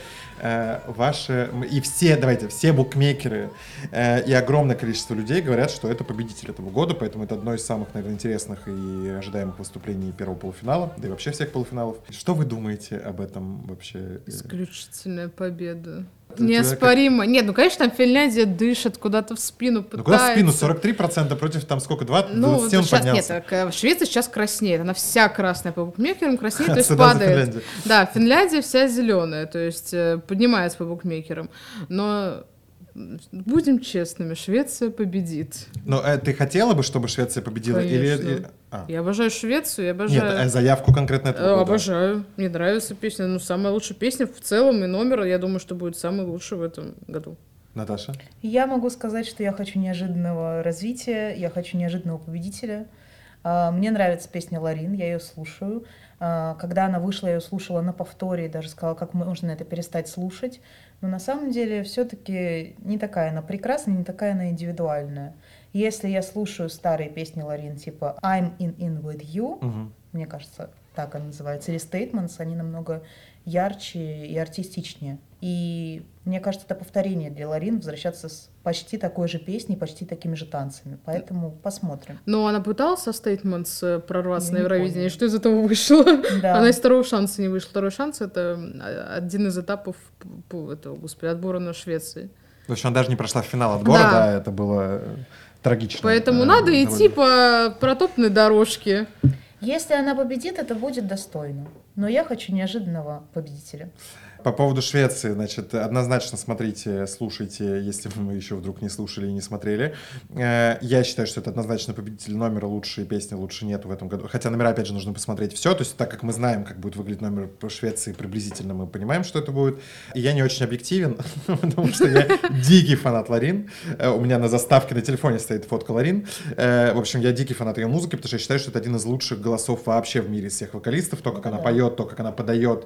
И все букмекеры и огромное количество людей говорят, что это победитель этого года, поэтому это одно из самых, наверное, интересных и ожидаемых выступлений первого полуфинала, да и вообще всех полуфиналов. Что вы думаете об этом вообще?
Исключительная победа. Неоспоримо. Нет, ну, конечно, там Финляндия дышит, куда-то в спину пытается.
Ну, куда в спину? 43% против, там, сколько, 27
Ну, сейчас
поднялся.
нет, Швеция сейчас краснеет, она вся красная по букмекерам, краснеет, то есть
Отсюда за
падает.
Финляндию.
Да, Финляндия вся зеленая, то есть поднимается по букмекерам. Но будем честными, Швеция победит.
Ну, ты хотела бы, чтобы Швеция победила?
Конечно. Я обожаю Швецию, я обожаю...
Нет, заявку конкретно этого года.
Обожаю. Мне нравится песня. Ну, самая лучшая песня в целом, и номер, я думаю, что будет самый лучший в этом году.
Наташа?
Я могу сказать, что я хочу неожиданного развития, я хочу неожиданного победителя. Мне нравится песня Ларин, я ее слушаю. Когда она вышла, я ее слушала на повторе и даже сказала, как можно это перестать слушать. Но на самом деле все-таки не такая она прекрасная, не такая она индивидуальная. Если я слушаю старые песни Ларин, типа I'm in with you, мне кажется, так она называется, или Statements, они намного ярче и артистичнее. И мне кажется, это повторение для Ларин возвращаться с почти такой же песней, почти такими же танцами. Поэтому посмотрим.
Но она пыталась со Statements прорваться
Я
на
не
Евровидение,
помню.
и что из этого вышло?
Да.
Она из второго шанса не вышла. Второй шанс — это один из этапов отбора на Швеции.
То есть она даже не прошла в финал отбора,
Да.
да, это было трагично.
Поэтому надо идти по протоптанной дорожке.
Если она победит, это будет достойно. Но я хочу неожиданного победителя.
По поводу Швеции, значит, однозначно смотрите, слушайте, если вы еще вдруг не слушали и не смотрели. Я считаю, что это однозначно победитель номера, лучшие песни лучше нет в этом году. Хотя номера, опять же, нужно посмотреть все. То есть так как мы знаем, как будет выглядеть номер по Швеции, приблизительно мы понимаем, что это будет. И я не очень объективен, потому что я дикий фанат Ларин. У меня на заставке на телефоне стоит фотка Ларин. В общем, я дикий фанат ее музыки, потому что я считаю, что это один из лучших голосов вообще в мире из всех вокалистов. То, как она поет, то, как она подает,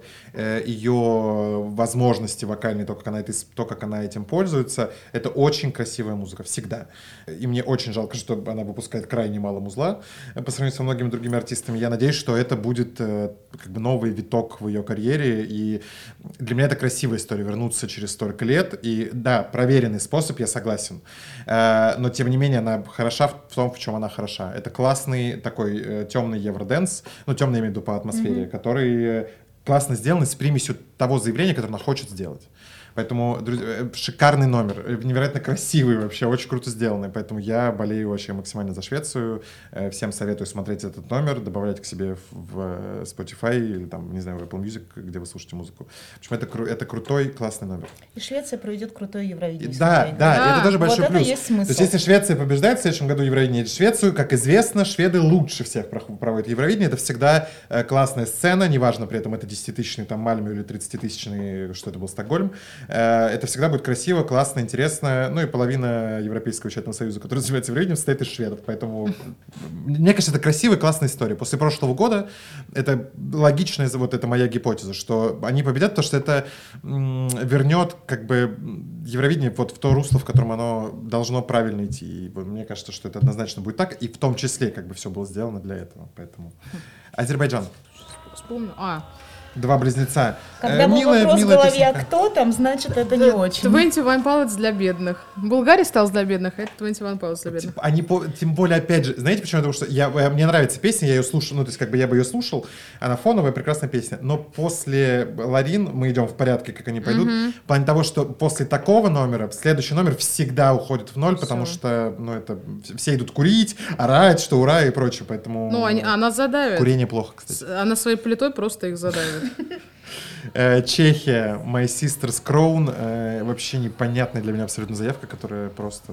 ее возможности вокальные, то, как она этим пользуется. Это очень красивая музыка, всегда. И мне очень жалко, что она выпускает крайне мало музла по сравнению со многими другими артистами. Я надеюсь, что это будет как бы новый виток в ее карьере. И для меня это красивая история, вернуться через столько лет. И да, проверенный способ, я согласен. Но, тем не менее, она хороша в том, в чем она хороша. Это классный такой темный евроденс, ну, темный, я имею в виду по атмосфере, который классно сделанный, с примесью того заявления, которое она хочет сделать. Поэтому, друзья, шикарный номер, невероятно красивый вообще, очень круто сделанный. Поэтому я болею вообще максимально за Швецию. Всем советую смотреть этот номер, добавлять к себе в Spotify или там, не знаю, в Apple Music, где вы слушаете музыку. В общем, это крутой, классный номер.
И Швеция проведет крутое Евровидение.
Да, и это тоже большой
вот
плюс.
это есть смысл.
То есть, если Швеция побеждает в следующем году Евровидение, Швецию, как известно, шведы лучше всех проводят Евровидение. Это всегда классная сцена, неважно при этом это 10-тысячный там Мальмö или 30-тысячный, что это был Стокгольм. Это всегда будет красиво, классно, интересно. Ну и половина Европейского учетного союза, который занимается Евровидением, состоит из шведов. Поэтому, мне кажется, это красивая, классная история. После прошлого года это логичная, вот это моя гипотеза, что они победят, потому что это вернет как бы Евровидение вот в то русло, в котором оно должно правильно идти. И мне кажется, что это однозначно будет так. И в том числе как бы все было сделано для этого. Поэтому Азербайджан.
Вспомню.
Два близнеца.
Когда был вопрос в голове, а кто там, значит, это не очень.
21 Pilots для бедных. Болгария стала для бедных, а это 21 Pilots для бедных.
Они, тем более, опять же, знаете почему? Потому что мне нравится песня, я ее слушаю, ну, то есть, как бы я бы ее слушал, она фоновая, прекрасная песня. Но после Ларин мы идем в порядке, как они пойдут, в плане того, что после такого номера следующий номер всегда уходит в ноль, потому что, ну, это все идут курить, орать, что ура и прочее, поэтому...
Ну, она задавит.
Курение плохо, кстати.
Она своей плитой просто их задавит.
Чехия, My Sister's Crown, вообще непонятная для меня абсолютно заявка, которая просто...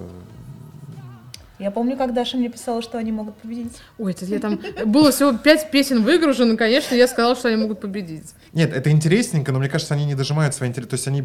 Я помню, как Даша мне писала, что они могут победить.
Ой, это я там... Было всего 5 песен выгружено, конечно, я сказала, что они могут победить.
Нет, это интересненько, но мне кажется, они не дожимают свои интересы. То есть они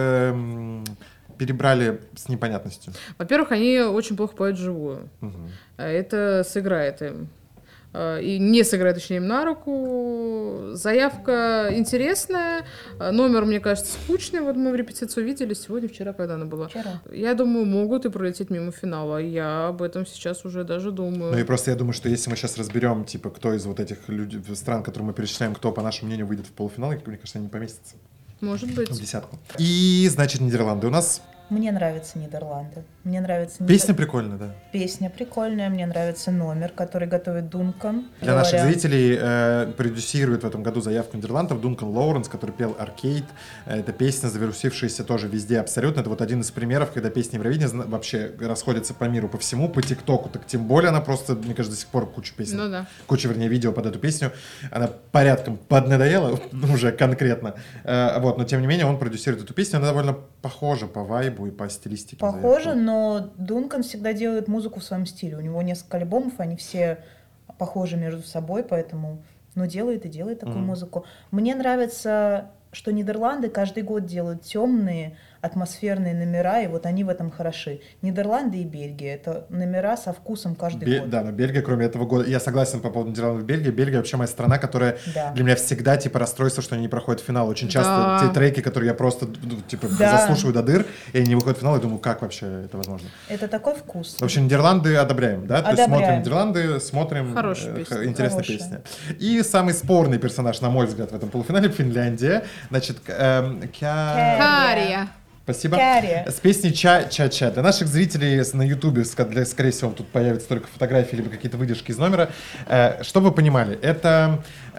перебрали с непонятностью.
Во-первых, они очень плохо поют вживую. Это сыграет им. И не сыграет точнее им на руку. Заявка интересная, номер, мне кажется, скучный. Вот мы в репетицию видели сегодня, вчера, когда она была.
Вчера.
Я думаю, могут и пролететь мимо финала. Я об этом сейчас уже даже думаю.
Ну и просто я думаю, что если мы сейчас разберем, типа, кто из вот этих стран, которые мы перечисляем, кто, по нашему мнению, выйдет в полуфинал, мне кажется, они не поместятся
Может быть.
в десятку. И, значит, Нидерланды у нас.
Мне нравятся Нидерланды. Мне нравится
Песня прикольная, да.
Песня прикольная, мне нравится номер, который готовит Дункан.
Для наших зрителей продюсирует в этом году заявку Нидерландов Дункан Лоуренс, который пел «Аркейд». Это песня, завирусившаяся тоже везде абсолютно. Это вот один из примеров, когда песни Евровидения вообще расходятся по миру, по всему, по ТикТоку. Так тем более она просто, мне кажется, до сих пор кучу песен, кучу, вернее, видео под эту песню. Она порядком поднадоела уже конкретно. Вот, но тем не менее он продюсирует эту песню. Она довольно похожа по вайбу и по стилистике.
Похоже, но Дункан всегда делает музыку в своем стиле. У него несколько альбомов, они все похожи между собой, поэтому делает и делает такую музыку. Мне нравится, что Нидерланды каждый год делают темные, атмосферные номера, и вот они в этом хороши. Нидерланды и Бельгия — это номера со вкусом каждый год.
Да, но Бельгия, кроме этого года, я согласен по поводу Нидерландов. Бельгия вообще моя страна, которая для меня всегда типа расстройство, что они не проходят в финал. Очень часто те треки, которые я просто заслушиваю до дыр, и они не выходят в финал, я думаю, как вообще это возможно?
Это такой вкус.
В общем, Нидерланды одобряем, да? То есть смотрим Нидерланды, смотрим интересная песня. И самый спорный персонаж, на мой взгляд, в этом полуфинале — Финляндия. Значит,
Кария.
Спасибо.
Кария.
С песней «Ча-ча-ча». Для наших зрителей на Ютубе, скорее всего, тут появятся только фотографии либо какие-то выдержки из номера. Чтобы вы понимали, это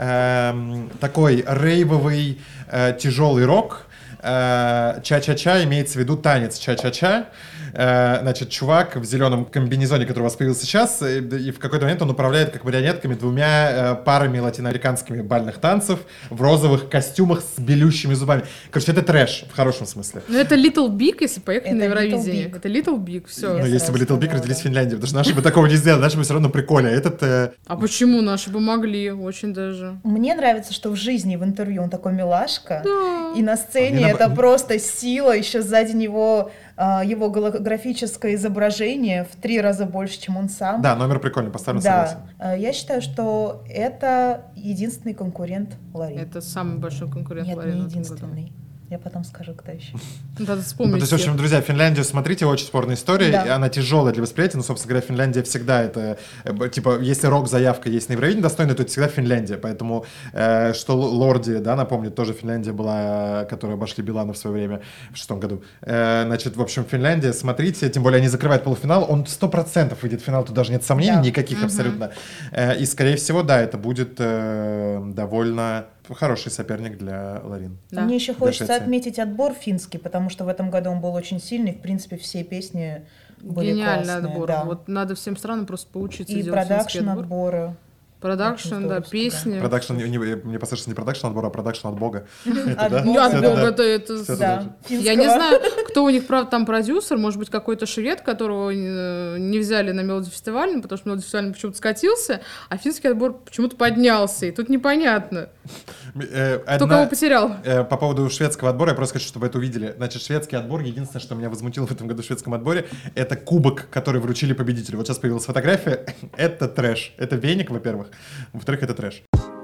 такой рейвовый тяжелый рок. «Ча-ча-ча» имеется в виду танец «Ча-ча-ча». Значит, чувак в зеленом комбинезоне, который у вас появился сейчас, и в какой-то момент он управляет как марионетками двумя парами латиноамериканскими бальных танцев в розовых костюмах с белющими зубами. Короче, это трэш в хорошем смысле.
Ну, это Little Big, если поехали на Евровидение. Это Little Big, все.
Ну, если бы Little Big родились в Финляндии, потому что наши бы такого не сделали, наши бы все равно прикольно.
А почему наши бы могли? Очень даже.
Мне нравится, что в жизни, в интервью он такой милашка, и на сцене это просто сила, еще сзади него его голографическое изображение в 3 раза больше, чем он сам.
Да, номер прикольный, поставлен, согласен.
Я считаю, что это единственный конкурент Ларин.
Это самый большой конкурент Ларин.
Нет, не единственный. Я потом скажу, кто еще.
Надо вспомнить.
То есть, в общем, друзья, Финляндию смотрите, очень спорная история,
Да.
и она тяжелая для восприятия, но, собственно говоря, Финляндия всегда это, типа, если рок-заявка есть на Евровидение достойная, то это всегда Финляндия, поэтому, что Лорди, да, напомню, тоже Финляндия была, которая обошли Билана в свое время, в 2006 году. Значит, в общем, Финляндия, смотрите, тем более они закрывают полуфинал, он 100% выйдет в финал, тут даже нет сомнений никаких абсолютно. И, скорее всего, да, это будет довольно хороший соперник для Ларин.
Да. Мне еще хочется отметить отбор финский, потому что в этом году он был очень сильный. В принципе, все песни были
гениальный
классные.
Отбор.
Да.
Вот надо всем странам просто поучиться
и
делать финский
продакшн
отбор.
отборы.
Продакшн, да, песни.
Продакшн, мне послышался не продакшн отбора, а продакшн от Бога.
От Бога, это... Я не знаю, кто у них там продюсер, может быть, какой-то швед, которого не взяли на Мелодифестиваль, потому что Мелодифестиваль почему-то скатился, а финский отбор почему-то поднялся, и тут непонятно. Кто кого потерял.
По поводу шведского отбора, я просто хочу, чтобы вы это увидели. Значит, шведский отбор, единственное, что меня возмутило в этом году в шведском отборе, это кубок, который вручили победителю. Вот сейчас появилась фотография, это трэш. Это веник, во-первых. Во-вторых, это трэш.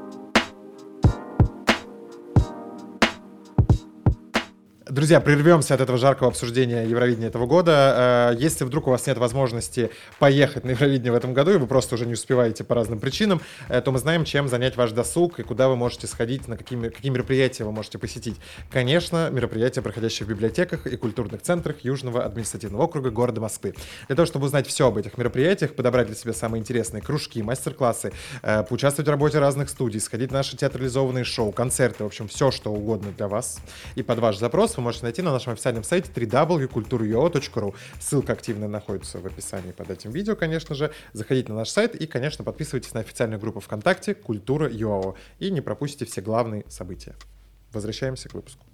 Друзья, прервемся от этого жаркого обсуждения Евровидения этого года. Если вдруг у вас нет возможности поехать на Евровидение в этом году, и вы просто уже не успеваете по разным причинам, то мы знаем, чем занять ваш досуг и куда вы можете сходить, на какие мероприятия вы можете посетить. Конечно, мероприятия, проходящие в библиотеках и культурных центрах Южного административного округа города Москвы. Для того, чтобы узнать все об этих мероприятиях, подобрать для себя самые интересные кружки, мастер-классы, поучаствовать в работе разных студий, сходить в наши театрализованные шоу, концерты, в общем, все, что угодно для вас и под ваш запрос, вы можете найти на нашем официальном сайте www.kulturuyo.ru. Ссылка активно находится в описании под этим видео, конечно же. Заходите на наш сайт и, конечно, подписывайтесь на официальную группу ВКонтакте Культура.io и не пропустите все главные события. Возвращаемся к выпуску.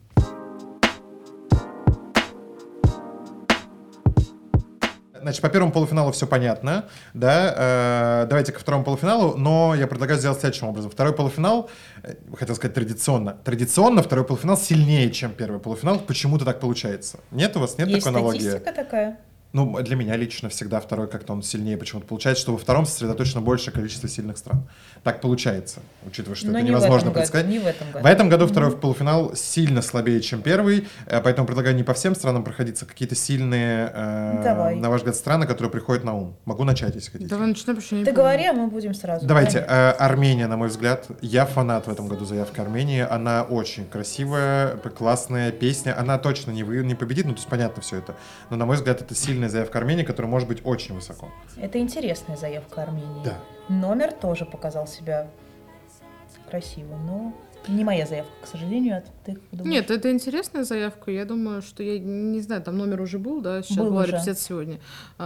Значит, по первому полуфиналу все понятно, да, давайте ко второму полуфиналу, но я предлагаю сделать следующим образом. Второй полуфинал, хотел сказать традиционно второй полуфинал сильнее, чем первый полуфинал, почему-то так получается. Нет у вас, нет
есть
такой аналогии?
Есть статистика такая.
Ну, для меня лично всегда второй как-то он сильнее почему-то получается, что во втором сосредоточено большее количество сильных стран. Так получается, учитывая, что
Но
это
не в
невозможно
этом году,
предсказать.
не в этом году.
В этом году второй полуфинал сильно слабее, чем первый, поэтому предлагаю не по всем странам проходиться, какие-то сильные,
Давай.
на ваш взгляд, страны, которые приходят на ум. Могу начать, если хотите.
Давай начнем, потому что я не
Ты
помню.
говори, а мы будем сразу.
Давайте,
Давай.
Армения, на мой взгляд, я фанат в этом году заявки Армении, она очень красивая, классная песня, она точно не победит, ну то есть понятно все это, но на мой взгляд это сильная заявка Армении, которая может быть очень высоко.
Это интересная заявка Армении.
Да.
Номер тоже показал себя красиво, но не моя заявка, к сожалению. А ты как думаешь?
Нет, это интересная заявка. Я думаю, что я не знаю, там номер уже был, да, сейчас
Был
была
уже.
репетиция сегодня.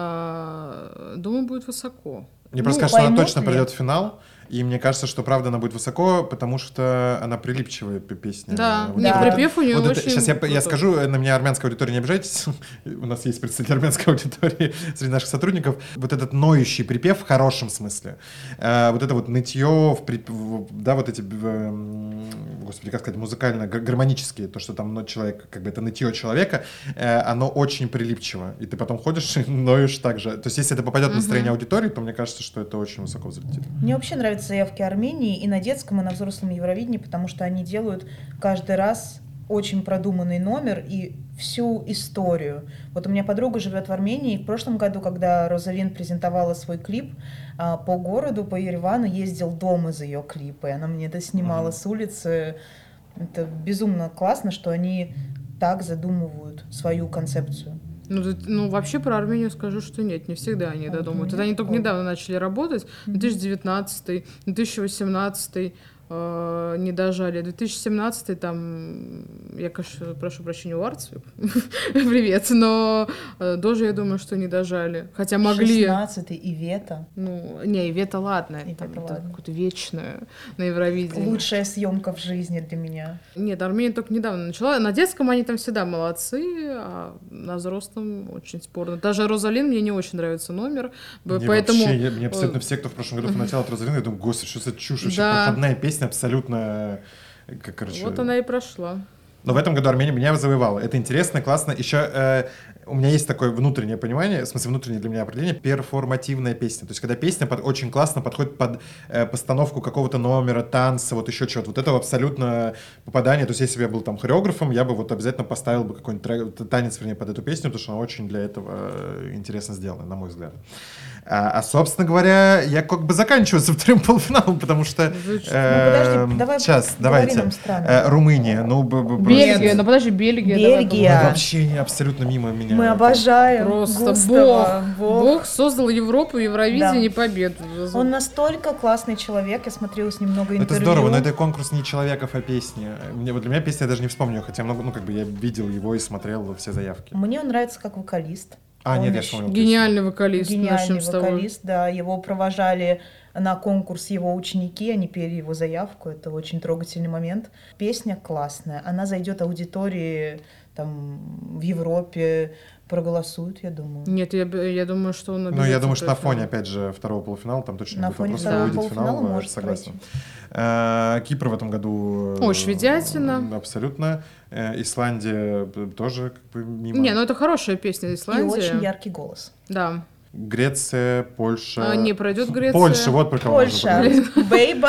Думаю, будет высоко.
Мне
Ну,
просто кажется, что она
поймут
точно
ли?
пройдет в финал, и мне кажется, что правда она будет высоко, потому что она прилипчивая песня.
Да,
Вот
нет,
это вот.
припев у нее очень
Сейчас я
крутой.
скажу, на меня армянская аудитория, не обижайтесь, у нас есть представитель армянской аудитории среди наших сотрудников. Вот этот ноющий припев в хорошем смысле. Вот это вот нытье, да, вот эти, господи, как сказать, музыкально-гармонические, то, что там человек, как бы это нытье человека, оно очень прилипчиво. И ты потом ходишь и ноешь так же. То есть если это попадет в настроение аудитории, то мне кажется, что это очень высоко взлетит.
Мне вообще нравятся заявки Армении и на детском, и на взрослом Евровидении, потому что они делают каждый раз очень продуманный номер и всю историю. Вот у меня подруга живет в Армении, и в прошлом году, когда Розалин презентовала свой клип, по городу, по Еревану ездил дом из ее клипа, и она мне это снимала с улицы. Это безумно классно, что они так задумывают свою концепцию.
Ну, вообще про Армению скажу, что нет, не всегда они додумывают. Это они только недавно начали работать. 2019, 2018 не дожали. 2017 там, я, конечно, прошу прощения у Арцви, привет, но тоже я думаю, что не дожали. Хотя могли.
16-й Ивета.
Ну, не, Ивета ладно,
Ивета,
это
ладно.
какое-то вечное на Евровидении.
Лучшая съемка в жизни для меня.
Нет, Армения только недавно начала. На детском они там всегда молодцы, а на взрослом очень спорно. Даже Розалин мне не очень нравится номер,
Мне
поэтому...
вообще, мне абсолютно все, кто в прошлом году фанател от Розалины, я думаю, господи, что за чушь вообще,
Да.
проходная песня абсолютно, как, короче...
Вот она и прошла.
Но в этом году Армения меня завоевала. Это интересно, классно. Еще у меня есть такое внутреннее понимание, в смысле внутреннее для меня определение, перформативная песня. То есть когда песня очень классно подходит под постановку какого-то номера, танца, вот еще чего-то. Вот это абсолютно попадание. То есть если бы я был там хореографом, я бы вот обязательно поставил бы какой-нибудь танец, вернее, под эту песню, потому что она очень для этого интересно сделана, на мой взгляд. Собственно говоря, я как бы заканчиваю со вторым полуфиналом, потому что...
подожди, давай
сейчас,
говори
давайте.
нам страны.
Румыния, ну...
Бельгия,
Нет.
ну подожди, Бельгия.
Бельгия.
давай,
Вообще абсолютно мимо меня.
Мы обожаем
Просто
Густава.
Бог создал Европу, Евровидение, победу.
Он настолько классный человек, я смотрела с ним много
Это
интервью.
здорово, но это конкурс не человеков, а песни. Вот для меня песня я даже не вспомню, хотя много, как бы я видел его и смотрел все заявки.
Мне он нравится как вокалист.
Нет, я
Помнишь?
вспомнил.
Гениальный вокалист.
Гениальный
начнем с того.
вокалист, да. Его провожали на конкурс его ученики, они пели его заявку. Это очень трогательный момент. Песня классная. Она зайдет аудитории там, в Европе, проголосуют, я думаю.
Нет, я думаю, что он
Ну, я
обязательно
думаю, что на
пройдет.
фоне, опять же, второго полуфинала там точно
На
будет
фоне
вопрос,
второго
кто выйдет в финал,
полуфинала может
согласен. Кипр в этом году...
Ой, шведятина.
Абсолютно. Исландия тоже как бы мимо.
Не, ну это хорошая песня,
И
Исландия.
очень яркий голос.
Да.
Греция, Польша...
Не пройдет Греция.
Польша, вот про кого можно
Польша.
поговорить.
Бейба.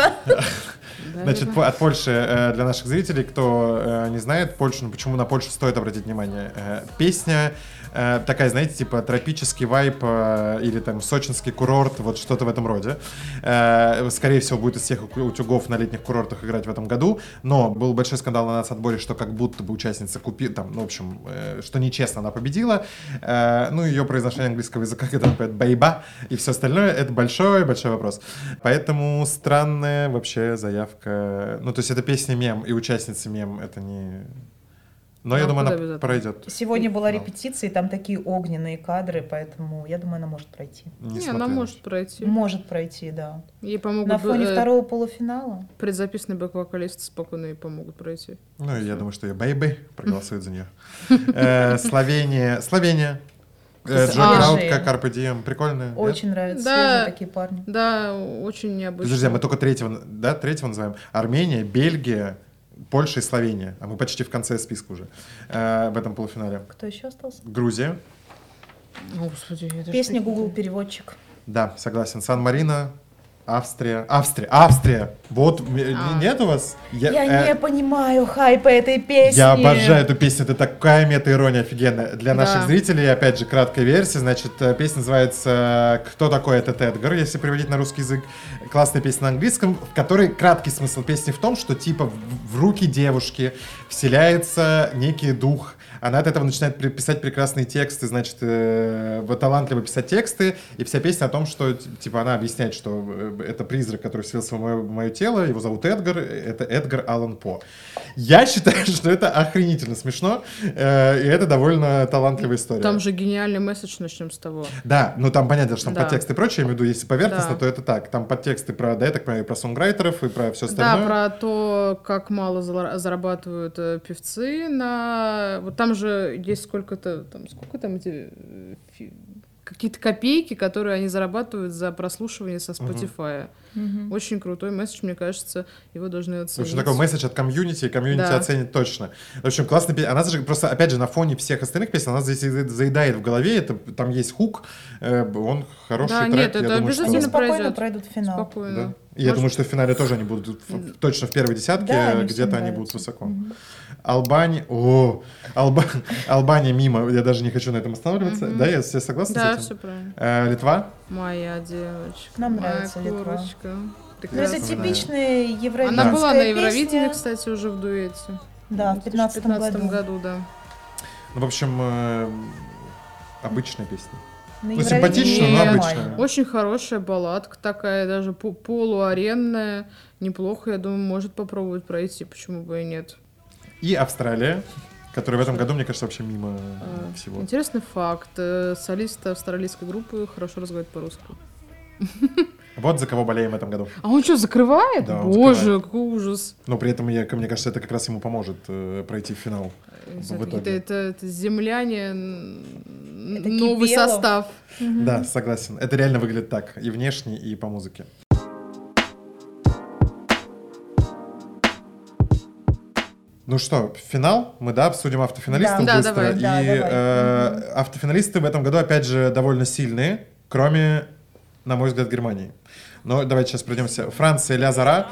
Значит, от Польши, для наших зрителей, кто не знает Польшу, почему на Польшу стоит обратить внимание. Песня такая, знаете, типа тропический вайб или там сочинский курорт, вот что-то в этом роде. Скорее всего, будет из всех утюгов на летних курортах играть в этом году, но был большой скандал на нацотборе, что как будто бы участница там, ну, в общем, что нечестно она победила. Ну, ее произношение английского языка, когда она поет «бейба» и все остальное, это большой-большой вопрос. Поэтому странная вообще заявка. Ну, то есть это песня мем, и участница мем, это не... Но я думаю, она пройдет.
Сегодня была репетиция, и там такие огненные кадры, поэтому я думаю, она может пройти.
Не, она может пройти.
Может пройти, да.
Ей помогут
На фоне второго полуфинала.
предзаписанные бэк-вокалисты спокойно ей помогут пройти.
Ну, я думаю, что ее бэйбэй проголосует за нее. Словения. Джой Краутка, Карпе Дием. Прикольная.
Очень нравятся
Да.
свежие такие парни.
Да, очень необычно.
Друзья, мы только третьего называем. Армения, Бельгия, Польша и Словения. А мы почти в конце списка уже в этом полуфинале.
Кто еще остался?
Грузия.
О, Господи, я даже
Песня
какие-то-
Google переводчик.
Да, согласен. Сан-Марино, Австрия. Вот, нет у вас?
Я не понимаю хайпа этой песни.
Я обожаю эту песню, это такая мета-ирония офигенная. Для наших
Да.
зрителей, опять же, краткая версия, значит, песня называется «Кто такой этот Эдгар?», если переводить на русский язык. Классная песня на английском, в которой краткий смысл песни в том, что типа в руки девушки вселяется некий дух. Она от этого начинает писать прекрасные тексты, значит, талантливо писать тексты, и вся песня о том, что, типа, она объясняет, что это призрак, который вселился в мое тело, его зовут Эдгар, это Эдгар Аллан По. Я считаю, что это охренительно смешно, и это довольно талантливая история.
Там же гениальный месседж, начнем с того.
Да, ну там понятно, что там
Да.
подтекст и прочее, я имею в виду, если поверхностно,
Да.
то это так. Там подтексты про, да, я так понимаю, и про сонграйтеров, и про все
Да,
остальное.
про то, как мало зарабатывают певцы на... Вот там же есть сколько там эти... какие-то копейки, которые они зарабатывают за прослушивание со Spotify. Очень крутой месседж, мне кажется, его должны
В
оценить.
общем, такой месседж от комьюнити, и комьюнити
Да.
оценит точно. В общем, классная песня. Она же просто, опять же, на фоне всех остальных песен, она здесь заедает в голове, там есть хук, он хороший
Да,
трек.
нет,
я
это
думаю,
Они
обязательно
что...
спокойно
пройдет.
пройдут в финал.
Спокойно.
Да. И я думаю, что в финале тоже они будут точно в первой десятке,
Да, они
где-то
всем
они
нравятся.
будут высоко. Албания мимо, я даже не хочу на этом останавливаться. Да, я все согласна
Да,
с этим?
все правильно.
Литва?
Моя девочка.
Нам
моя
нравится Литва.
курочка.
Ну, это
Прекрасно.
типичная евровиденская
Она была на Евровидении,
песня.
кстати, уже в дуэте.
Да, в 2015
году, да.
Ну, в общем, обычная песня.
На
Ну,
Евровидении
симпатичная, но
нормально.
обычная.
Очень хорошая балладка такая, даже полуаренная. Неплохо, я думаю, может попробовать пройти, почему бы и нет.
И Австралия, которая в этом году, мне кажется, вообще мимо всего.
Интересный факт. Солист австралийской группы хорошо разговаривает по-русски.
Вот за кого болеем в этом году.
А он что, закрывает?
Да, он
Боже,
закрывает.
какой ужас.
Но при этом, мне кажется, это как раз ему поможет пройти в финал. В итоге.
Это земляне,
Это
новый
Кипелов.
состав.
Да, согласен. Это реально выглядит так. И внешне, и по музыке. Ну что, финал? Мы, да, обсудим автофиналистов
Да,
быстро.
давай.
И
Да, давай.
автофиналисты в этом году, опять же, довольно сильные, кроме, на мой взгляд, Германии. Но давайте сейчас пройдемся. Франция, Ля Зара.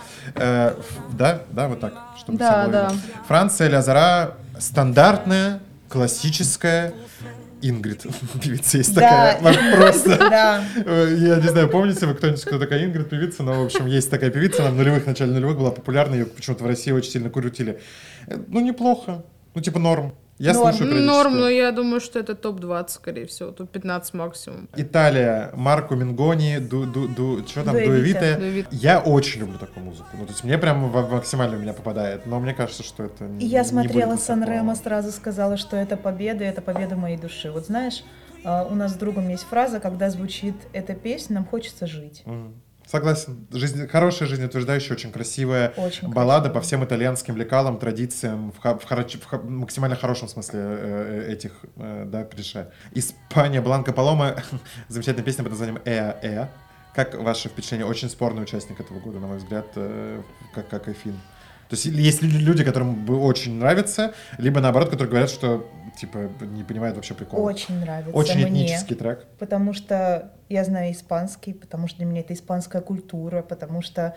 Да, вот так, чтобы
Да,
всем было
да.
видно. Франция, Ля Зара стандартная, классическая Ингрид. Певица есть
Да.
такая. Просто.
Да.
Я не знаю, помните вы кто-нибудь, кто такая Ингрид, певица, но, в общем, есть такая певица, она в начале нулевых была популярна, ее почему-то в России очень сильно крутили. Ну, неплохо. Ну, типа норм. Я
Норм.
слушаю периодически.
Норм, но я думаю, что это топ-20, скорее всего, топ-15 максимум.
Италия, Марко Мингони, что там,
Дуэвите.
Дуэвите. Я очень люблю такую музыку. Ну, то есть мне прям максимально меня попадает, но мне кажется, что это не
Я
не
смотрела
будет высоко.
Сан-Ремо, сразу сказала, что это победа моей души. Вот знаешь, у нас с другом есть фраза, когда звучит эта песня, нам хочется жить.
Мгм. Согласен. Хорошая, жизнеутверждающая, очень красивая
Очень
баллада
красиво.
по всем итальянским лекалам, традициям, в максимально хорошем смысле этих да, клише. Испания, Бланка Палома, замечательная песня под названием «Эа». Как ваше впечатление? Очень спорный участник этого года, на мой взгляд, как и Фин. То есть есть люди, которым очень нравится, либо наоборот, которые говорят, что типа не понимают вообще прикола.
Очень нравится
Очень
мне,
этнический трек.
потому что я знаю испанский, потому что для меня это испанская культура, потому что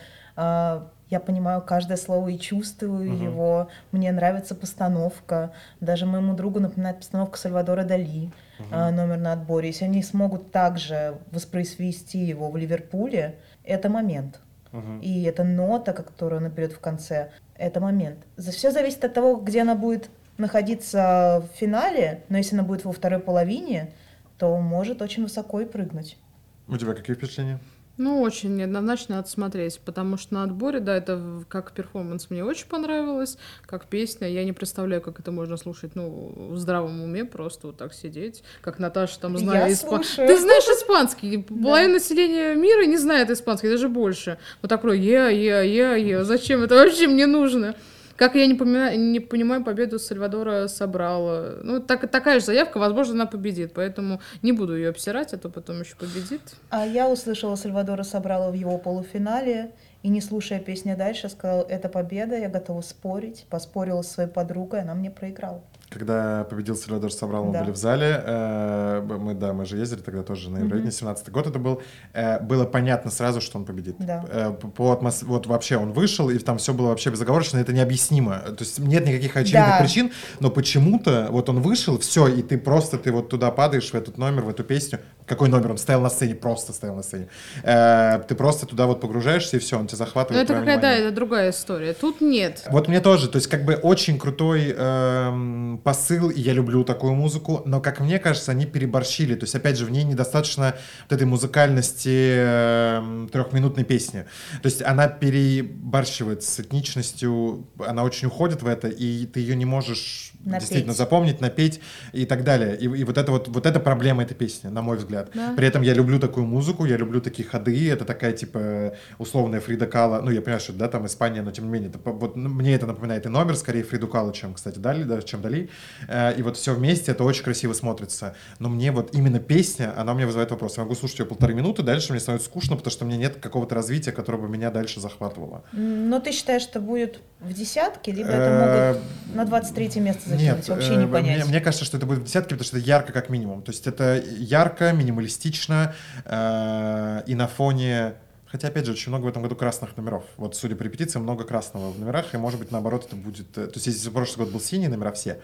я понимаю каждое слово и чувствую его. Мне нравится постановка. Даже моему другу напоминает постановка Сальвадора Дали, номер на отборе. Если они смогут также воспроизвести его в Ливерпуле, это момент. И эта нота, которую она берет в конце, это момент. Все зависит от того, где она будет находиться в финале, но если она будет во второй половине, то может очень высоко и прыгнуть.
У тебя какие впечатления?
Ну, очень неоднозначно надо смотреть, потому что на отборе, да, это как перформанс мне очень понравилось, как песня. Я не представляю, как это можно слушать, ну, в здравом уме, просто вот так сидеть, как Наташа там знает
Я слушаю.
Ты знаешь испанский, половина населения мира не знает испанский, даже больше. Вот такой, зачем это вообще мне нужно? Как я не понимаю победу Сальвадора Собрала. Ну, такая же заявка, возможно, она победит, поэтому не буду ее обсирать, а то потом еще победит.
А я услышала Сальвадора Собрала в его полуфинале, и не слушая песни дальше, сказала, это победа, я готова спорить. Поспорила с своей подругой, она мне проиграла.
Когда победил Сальвадор Собрал, мы
Да.
были в зале. Мы же ездили тогда тоже на Евровидение, 17-й год это был. Было понятно сразу, что он победит.
Да.
Вот вообще он вышел, и там все было вообще безоговорочно, это необъяснимо. То есть нет никаких очевидных
Да.
причин, но почему-то вот он вышел, все, и ты вот туда падаешь, в этот номер, в эту песню. Какой номер? Он стоял на сцене, просто стоял на сцене. Ты просто туда вот погружаешься, и все, он тебя
Ну,
захватывает.
это
твое
какая-то
внимание.
это другая история. Тут нет.
Вот мне тоже, то есть как бы очень крутой посыл, и я люблю такую музыку, но, как мне кажется, они переборщили, то есть, опять же, в ней недостаточно вот этой музыкальности трехминутной песни, то есть она переборщивает с этничностью, она очень уходит в это, и ты ее не можешь
Напеть.
действительно запомнить, напеть и так далее, и вот это проблема этой песни, на мой взгляд.
Да.
При этом я люблю такую музыку, я люблю такие ходы, это такая, типа, условная Фрида Кала, ну, я понимаю, что, да, там Испания, но тем не менее, мне это напоминает и номер, скорее, Фриду Кала, чем, кстати, чем Дали, и вот все вместе, это очень красиво смотрится, но мне вот именно песня, она у меня вызывает вопрос, я могу слушать ее 1,5 минуты, дальше мне становится скучно, потому что у меня нет какого-то развития, которое бы меня дальше захватывало.
Но ты считаешь, что будет в десятке, либо это могут на 23 место закинуть? Вообще не понять.
Мне кажется, что это будет в десятке, потому что это ярко как минимум. То есть это ярко, минималистично, и на фоне... Хотя, опять же, очень много в этом году красных номеров. Вот, судя по репетициям, много красного в номерах, и, может быть, наоборот, это будет... То есть, если прошлый год был синий номера все...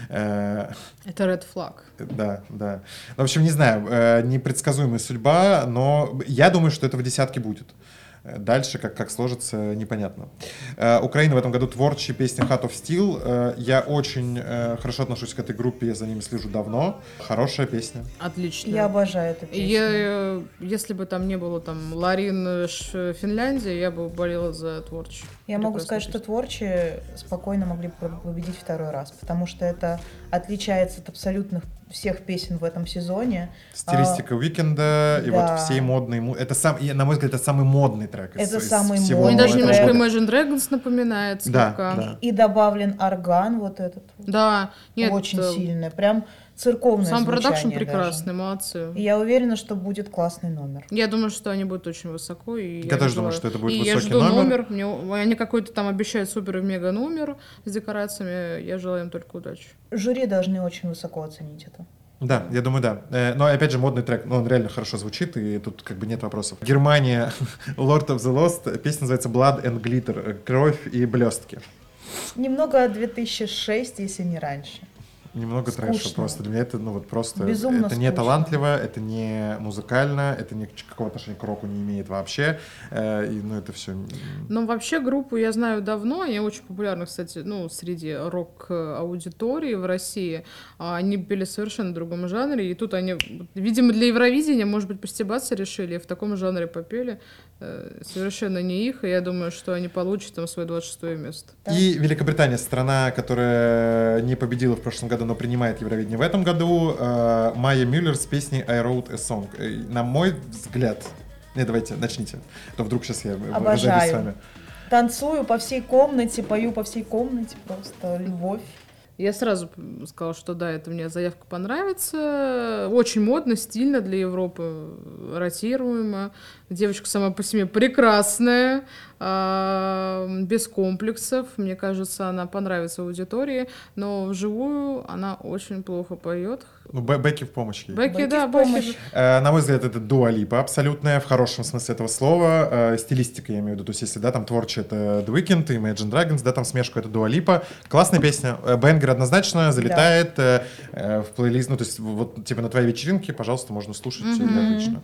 Это Red Flag.
Да. Ну, в общем, не знаю, непредсказуемая судьба, но я думаю, что это в десятке будет. Дальше, как сложится, непонятно. Украина в этом году творчая песня Heart of Steel. Я очень хорошо отношусь к этой группе, я за ними слежу давно. Хорошая песня.
Отлично.
Я обожаю эту песню.
Если бы там не было там Ларин Финляндии, я бы болела за творчество.
Я могу сказать, что творчи спокойно могли бы победить второй раз, потому что это отличается от абсолютно всех песен в этом сезоне.
Стилистика Уикенда и
да.
вот всей модной... На мой взгляд, это самый модный трек
Это
из
самый
всего
модный.
Мне даже
Ой,
немножко
трек.
Imagine Dragons напоминает слегка.
Да.
И добавлен орган вот этот.
Да, нет,
Очень сильный. Прям церковное
сам продакшн
звучание
прекрасный,
даже.
молодцы.
И я уверена, что будет классный номер.
Я думаю, что они будут очень высоко. И
Я тоже думаю, что это будет
и я
высокий
жду
номер.
Они какой-то там обещают супер и мега номер с декорациями. Я желаю им только удачи.
Жюри должны очень высоко оценить это.
Да, я думаю, да. Но, опять же, модный трек, он реально хорошо звучит, и тут как бы нет вопросов. Германия, Lord of the Lost, песня называется Blood and Glitter, кровь и блестки.
Немного 2006, если не раньше.
Немного
Скучно.
трэша просто. Для меня это, просто...
Безумно
это не
скучно.
талантливо, это не музыкально, это никакого отношения к року не имеет вообще. Это все...
Но вообще группу я знаю давно, они очень популярны, кстати, среди рок-аудитории в России. Они пели в совершенно другом жанре, и тут они, видимо, для Евровидения, может быть, постебаться решили, и в таком жанре попели. Совершенно не их, и я думаю, что они получат там свое 26-е место.
И Великобритания, страна, которая не победила в прошлом году, но принимает Евровидение в этом году, Майя Мюллер с песней «I wrote a song». На мой взгляд... давайте, начните. А то вдруг сейчас я разойдусь с вами.
Обожаю. Танцую по всей комнате, пою по всей комнате. Просто любовь.
Я сразу сказала, что да, это мне заявка понравится. Очень модно, стильно для Европы, ротируемо. Девочка сама по себе прекрасная, без комплексов. Мне кажется, она понравится аудитории, но вживую она очень плохо поет.
Бекки в помощь ей.
Бекки, да,
в помощь.
Бекки.
На мой взгляд, это Дуа Липа абсолютная, в хорошем смысле этого слова. Стилистика, я имею в виду. То есть, если, да, там творче это The Weeknd, Imagine Dragons, да, там смешку это Дуа Липа. Классная песня. Бенгер однозначно залетает в плейлист. То есть, вот, типа, на твоей вечеринке, пожалуйста, можно слушать. Отлично.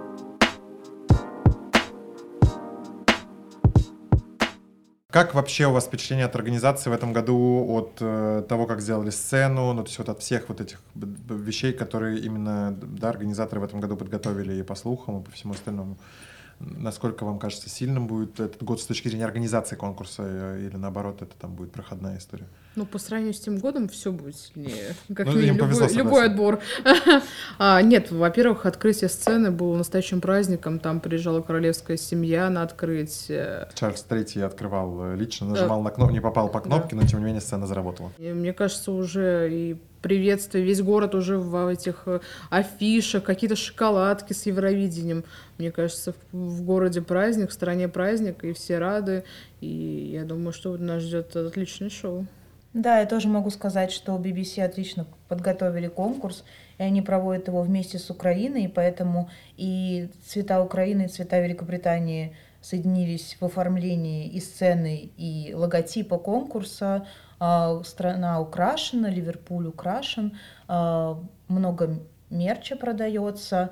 Как вообще у вас впечатление от организации в этом году, от того, как сделали сцену, то есть вот от всех вот этих вещей, которые именно, да, организаторы в этом году подготовили и по слухам, и по всему остальному? Насколько вам кажется, сильным будет этот год с точки зрения организации конкурса, или наоборот, это там будет проходная история?
По сравнению с тем годом все будет сильнее. Как
им повезло,
любой
согласен.
отбор. Нет, во-первых, открытие сцены было настоящим праздником. Там приезжала королевская семья на открытие.
Чарльз III открывал лично, нажимал на кнопку, не попал по кнопке, но тем не менее сцена заработала.
И мне кажется, уже и приветствие, весь город уже в этих афишах, какие-то шоколадки с Евровидением. Мне кажется, в городе праздник, в стране праздник, и все рады. И я думаю, что нас ждет отличное шоу.
Да, я тоже могу сказать, что BBC отлично подготовили конкурс, и они проводят его вместе с Украиной, и поэтому и цвета Украины, и цвета Великобритании соединились в оформлении и сцены, и логотипа конкурса. Страна украшена, Ливерпуль украшен, много мерча продается.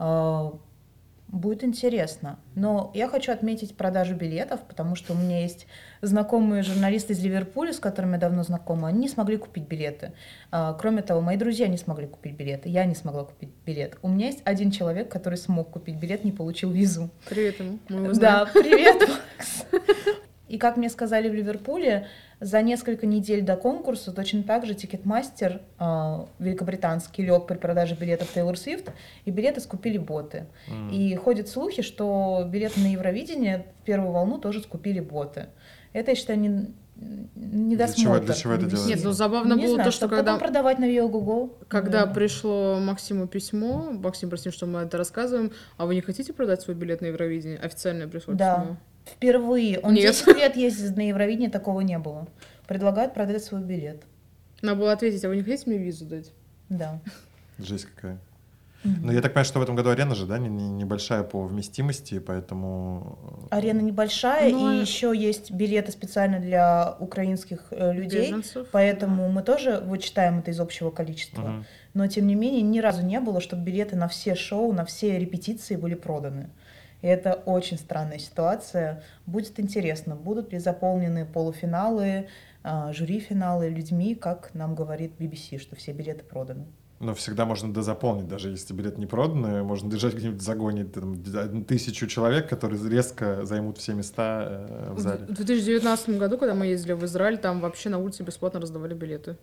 Будет интересно. Но я хочу отметить продажу билетов, потому что у меня есть знакомые журналисты из Ливерпуля, с которыми я давно знакома. Они не смогли купить билеты. Кроме того, мои друзья не смогли купить билеты. Я не смогла купить билет. У меня есть один человек, который смог купить билет, не получил визу.
Привет ему. Мы его знаем.
Да, привет, Макс. И как мне сказали в Ливерпуле, за несколько недель до конкурса точно так же Тикетмастер великобританский лег при продаже билетов Тейлор Свифт, и билеты скупили боты. И ходят слухи, что билеты на Евровидение в первую волну тоже скупили боты. Это, я считаю, недосмотр.
Для чего это делается?
Нет, ну забавно
Не
было
знаю,
то, что
чтобы
когда...
потом продавать на Viagogo.
Когда пришло Максиму письмо, Максим, прости, что мы это рассказываем, а вы не хотите продать свой билет на Евровидение? Официальное пришло письмо.
Впервые. Он
Нет.
10 лет ездит на Евровидение, такого не было. Предлагают продать свой билет.
Надо было ответить, а вы не хотите мне визу дать?
Да.
Жесть какая. Но я так понимаю, что в этом году арена же, да, небольшая по вместимости, поэтому...
Арена небольшая,
Ну,
и еще есть билеты специально для украинских людей,
Беженцев.
поэтому мы тоже вычитаем это из общего количества. Но, тем не менее, ни разу не было, чтобы билеты на все шоу, на все репетиции были проданы. И это очень странная ситуация. Будет интересно, будут ли заполнены полуфиналы, жюри-финалы людьми, как нам говорит BBC, что все билеты проданы.
Но всегда можно дозаполнить, даже если билет не проданный, можно держать где-нибудь в загоне там, 1000 человек, которые резко займут все места в зале.
В 2019 году, когда мы ездили в Израиль, там вообще на улице бесплатно раздавали билеты.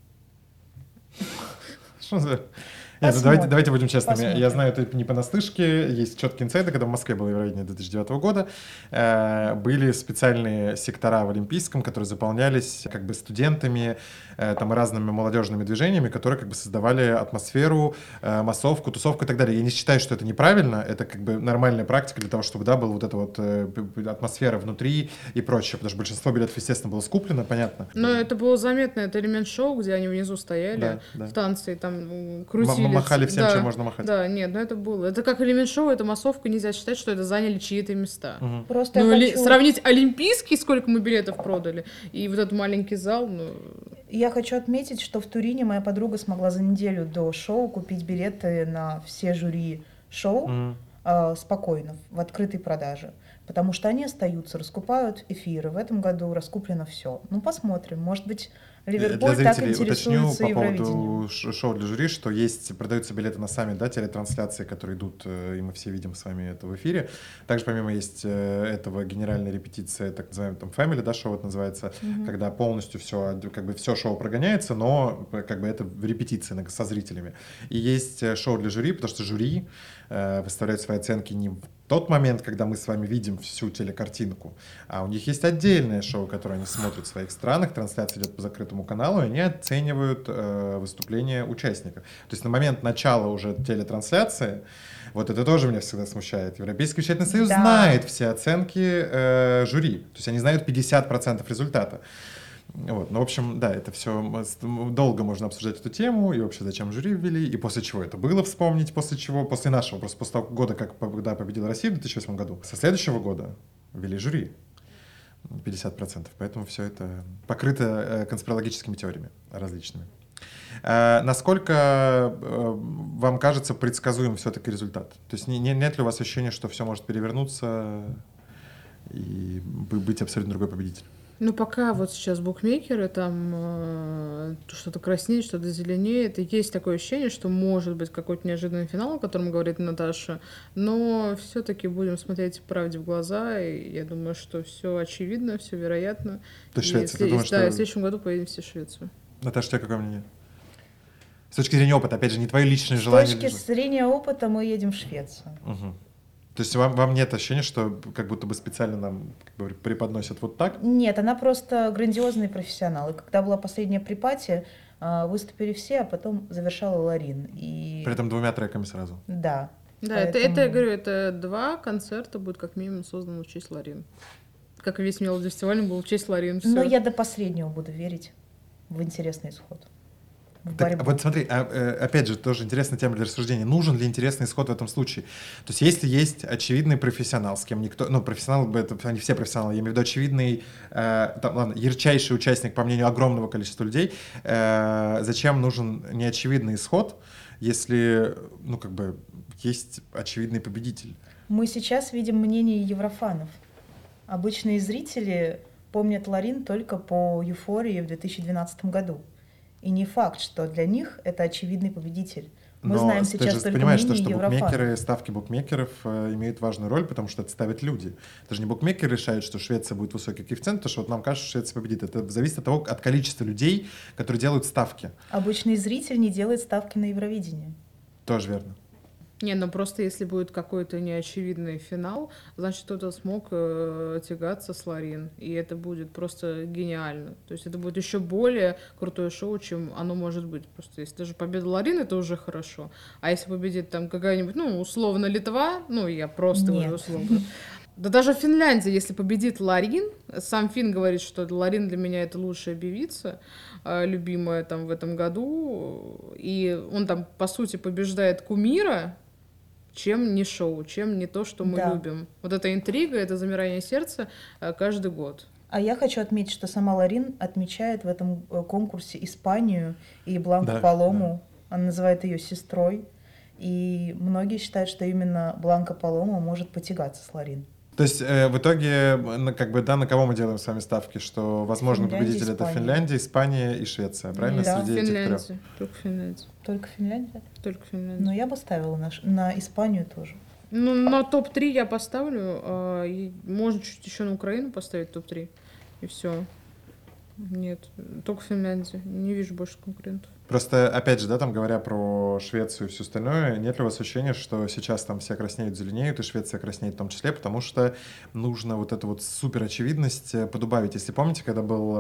Что за... Нет, ну давайте будем честными.
Посмотрим.
Я знаю это не понаслышке. Есть четкие инсайды, когда в Москве было Евровидение 2009 года. Были специальные сектора в Олимпийском, которые заполнялись как бы студентами там, и разными молодежными движениями, которые как бы создавали атмосферу, массовку, тусовку и так далее. Я не считаю, что это неправильно. Это как бы нормальная практика для того, чтобы да, была вот эта вот атмосфера внутри и прочее. Потому что большинство билетов, естественно, было скуплено, понятно.
Но это было заметно. Это элемент шоу, где они внизу стояли
Да.
в танце и там крутили.
Махали всем,
Да,
чем можно махать.
Да, нет, ну это было. Это как элемент шоу, это массовка, нельзя считать, что это заняли чьи-то места.
Просто
Ну,
я хочу...
сравнить олимпийский, сколько мы билетов продали, и вот этот маленький зал, ну...
Я хочу отметить, что в Турине моя подруга смогла за неделю до шоу купить билеты на все жюри шоу спокойно, в открытой продаже. Потому что они остаются, раскупают эфиры. В этом году раскуплено все. Ну, посмотрим. Может быть, Ливерпуль
для
так
зрителей уточню
интересуется
по
Евровидением.
поводу шоу для жюри, что продаются билеты на сами, да, телетрансляции, которые идут, и мы все видим с вами это в эфире. Также помимо есть этого генеральная репетиция, так называемая там Family, да, шоу это называется, когда полностью все, как бы все шоу прогоняется, но как бы это в репетиции со зрителями. И есть шоу для жюри, потому что жюри выставляют свои оценки не в тот момент, когда мы с вами видим всю телекартинку, а у них есть отдельное шоу, которое они смотрят в своих странах, трансляция идет по закрытому каналу, и они оценивают выступления участников. То есть на момент начала уже телетрансляции, вот это тоже меня всегда смущает. Европейский вещательный союз знает все оценки жюри, то есть они знают 50% результата. Вот. Ну, в общем, да, это все долго можно обсуждать эту тему, и вообще зачем жюри ввели, и после чего это было вспомнить, после нашего, просто после того года, когда победила Россия в 2008 году, со следующего года ввели жюри 50%, поэтому все это покрыто конспирологическими теориями различными. Насколько вам кажется предсказуем все-таки результат? То есть нет ли у вас ощущения, что все может перевернуться и быть абсолютно другой победитель?
Ну, пока вот сейчас букмекеры там что-то краснеет, что-то зеленеет, и есть такое ощущение, что может быть какой-то неожиданный финал, о котором говорит Наташа, но все-таки будем смотреть правде в глаза, и я думаю, что все очевидно, все вероятно.
То есть Швеция, ты думаешь,
да,
что...
в следующем году поедем все в Швецию.
Наташа, у тебя какое мнение? С точки зрения опыта, опять же, не твое личное желание.
С точки зрения опыта мы едем в Швецию.
Угу. То есть вам нет ощущения, что как будто бы специально нам как бы преподносят вот так?
Нет, она просто грандиозный профессионал. И когда была последняя припати, выступили все, а потом завершала Ларин. И...
При этом 2 треками сразу.
Да.
Да,
поэтому...
это, я говорю, это 2 концерта будет как минимум созданы в честь Ларин. Как и весь Мелоди фестиваль был в честь Ларин.
Ну, я до последнего буду верить. в интересный исход. В
Так,
борьбу.
вот смотри, опять же, тоже интересная тема для рассуждения. Нужен ли интересный исход в этом случае? То есть, если есть очевидный профессионал, с кем никто... Ну, профессионал, они все профессионалы, я имею в виду очевидный, там, ладно, ярчайший участник, по мнению огромного количества людей, зачем нужен неочевидный исход, если, ну, как бы, есть очевидный победитель?
Мы сейчас видим мнение еврофанов. Обычные зрители помнят Ларин только по «Эйфории» в 2012 году. И не факт, что для них это очевидный победитель. Мы
Но
знаем
ты
сейчас
же
только
понимаешь,
мнение
что
еврофанов.
букмекеры, ставки букмекеров имеют важную роль, потому что это ставят люди. Это же не букмекер решает, что Швеция будет высокий коэффициент, потому что вот нам кажется, что Швеция победит. Это зависит от количества людей, которые делают ставки.
Обычный зритель не делает ставки на Евровидение.
Тоже верно.
Не, ну просто если будет какой-то неочевидный финал, значит, кто-то смог тягаться с Ларин, и это будет просто гениально. То есть это будет еще более крутое шоу, чем оно может быть. Просто если даже победа Ларин, это уже хорошо. А если победит там какая-нибудь, ну, условно, Литва, ну, я просто
Нет.
говорю условно. Да даже в Финляндии, если победит Ларин, сам Финн говорит, что Ларин для меня это лучшая певица, любимая там в этом году, и он там, по сути, побеждает кумира, чем не шоу, чем не то, что мы
Да.
любим. Вот эта интрига, это замирание сердца каждый год.
А я хочу отметить, что сама Ларин отмечает в этом конкурсе Испанию и Бланку
Да,
Палому. Она называет ее сестрой. И многие считают, что именно Бланка Палома может потягаться с Ларин.
То есть в итоге, как бы, да, на кого мы делаем с вами ставки? Что, возможно,
Финляндия,
победитель — это
Испания.
Финляндия, Испания и Швеция, правильно?
Да.
Среди этих трех.
Финляндия. Только Финляндия.
Только Финляндия?
Только Финляндия.
Но я бы ставила на Испанию тоже.
Ну, на топ-3 я поставлю. И можно чуть еще на Украину поставить топ-3. И все. Нет, только Финляндия. Не вижу больше конкурентов.
Просто, опять же, да, там говоря про Швецию и все остальное, нет ли у вас ощущения, что сейчас там все краснеют, зеленеют, и Швеция краснеет в том числе, потому что нужно вот эту вот супер очевидность подубавить. Если помните, когда был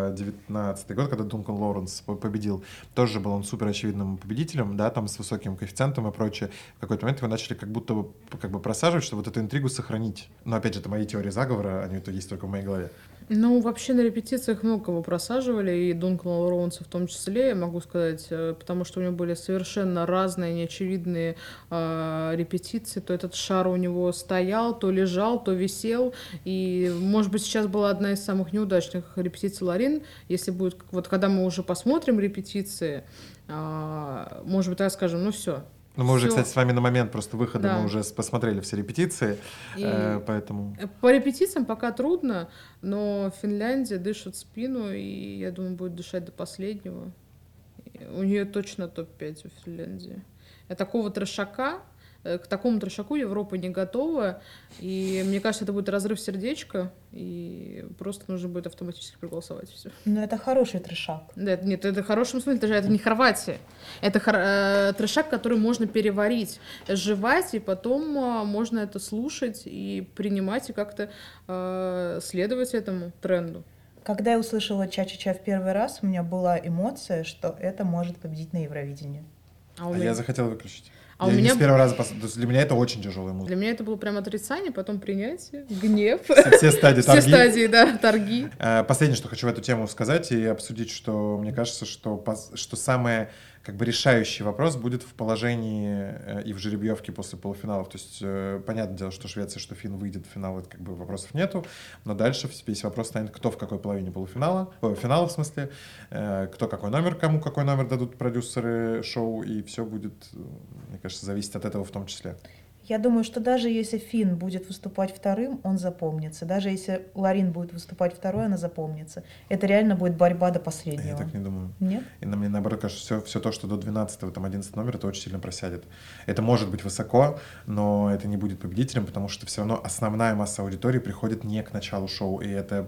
19-й год, когда Дункан Лоуренс победил, тоже был он супер очевидным победителем, да, там с высоким коэффициентом и прочее. В какой-то момент вы начали как будто бы как бы просаживать, что вот эту интригу сохранить. Но опять же, это мои теории заговора, они то есть только в моей голове.
Ну, вообще на репетициях много кого просаживали, и Дункана Лоуренса в том числе, я могу сказать, потому что у него были совершенно разные, неочевидные репетиции. То этот шар у него стоял, то лежал, то висел. И, может быть, сейчас была одна из самых неудачных репетиций Ларин. Если будет, вот когда мы уже посмотрим репетиции, может быть, так скажем, ну все.
Ну, мы уже,
Всё.
кстати, с вами на момент просто выхода
Да.
мы уже посмотрели все репетиции,
И
поэтому...
По репетициям пока трудно, но Финляндия дышит в спину, и я думаю, будет дышать до последнего. И у нее точно топ-5 у Финляндии. Такого трешака, к такому трешаку Европа не готова, и мне кажется, это будет разрыв сердечка, и просто нужно будет автоматически проголосовать все.
Но это хороший трешак.
Да, нет, это в хорошем смысле, это не Хорватия. Это трешак, который можно переварить, жевать, и потом можно это слушать и принимать, и как-то следовать этому тренду.
Когда я услышала Ча-Ча-Ча в первый раз, у меня была эмоция, что это может победить на Евровидении.
А у
А
меня,
я захотел выключить.
А у
Я не
меня-
с первого раза То есть для меня это очень тяжелая музыка.
для меня это было прям отрицание, потом принятие, гнев.
Все стадии
Все
торги.
стадии, да, торги.
Последнее, что хочу в эту тему сказать и обсудить, что мне кажется, что самое как бы решающий вопрос будет в положении и в жеребьевке после полуфиналов. То есть, понятное дело, что Швеция, что Финн выйдет в финал, это как бы вопросов нету, но дальше весь вопрос станет, кто в какой половине финала в смысле, кто какой номер, кому какой номер дадут продюсеры шоу, и все будет, мне кажется, зависеть от этого в том числе.
Я думаю, что даже если Финн будет выступать вторым, он запомнится. Даже если Ларин будет выступать второй, она запомнится. Это реально будет борьба до
Я
последнего.
так не думаю.
Нет?
И мне наоборот кажется, все то, что до 12-го, там 11 номер, это очень сильно просядет. Это может быть высоко, но это не будет победителем, потому что все равно основная масса аудитории приходит не к началу шоу, и это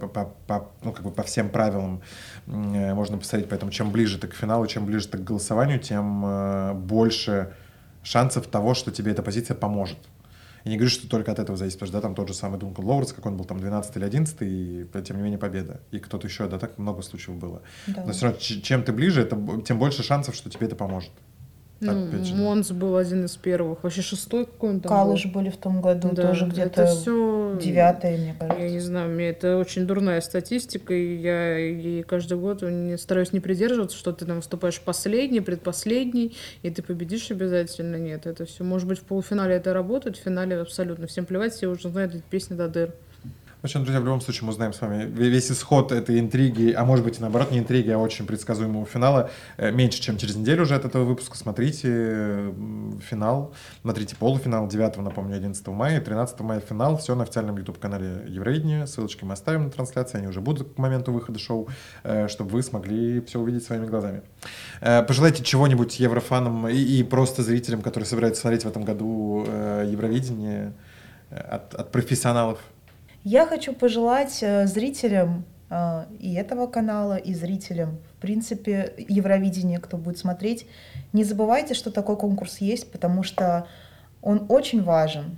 по всем правилам можно посмотреть. Поэтому чем ближе ты к финалу, чем ближе ты к голосованию, тем больше шансов того, что тебе эта позиция поможет. Я не говорю, что только от этого зависит, потому что да, там тот же самый Дункан Лоуренс, как он был там 12 или 11, и тем не менее победа. И кто-то еще, да, так много случаев было.
Да.
Но все равно, чем ты ближе, тем больше шансов, что тебе это поможет. Опять же.
Монс был один из первых. Вообще 6-й какой он там
Калуш
был.
были в том году,
Да,
тоже
это
где-то
все,
9-е, мне
я не
кажется.
знаю, мне это очень дурная статистика, и я ей каждый год стараюсь не придерживаться, что ты там выступаешь последний, предпоследний, и ты победишь обязательно. Нет, это все. Может быть, в полуфинале это работает, в финале абсолютно. Всем плевать, все уже знают эти песни до дыр.
В общем, друзья, в любом случае мы узнаем с вами весь исход этой интриги, а может быть и наоборот не интриги, а очень предсказуемого финала меньше, чем через неделю уже от этого выпуска. Смотрите финал, смотрите полуфинал 9, напомню, 11 мая, 13 мая финал. Все на официальном YouTube-канале Евровидения. Ссылочки мы оставим на трансляции, они уже будут к моменту выхода шоу, чтобы вы смогли все увидеть своими глазами. Пожелайте чего-нибудь еврофанам и просто зрителям, которые собираются смотреть в этом году Евровидение от профессионалов.
Я хочу пожелать зрителям и этого канала, и зрителям, в принципе, Евровидения, кто будет смотреть, не забывайте, что такой конкурс есть, потому что он очень важен.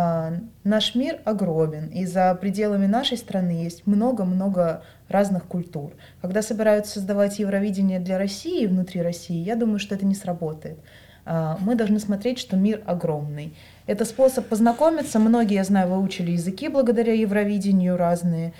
Наш мир огромен, и за пределами нашей страны есть много-много разных культур. Когда собираются создавать Евровидение для России, внутри России, я думаю, что это не сработает. Мы должны смотреть, что мир огромный. Это способ познакомиться. Многие, я знаю, выучили языки благодаря Евровидению разные.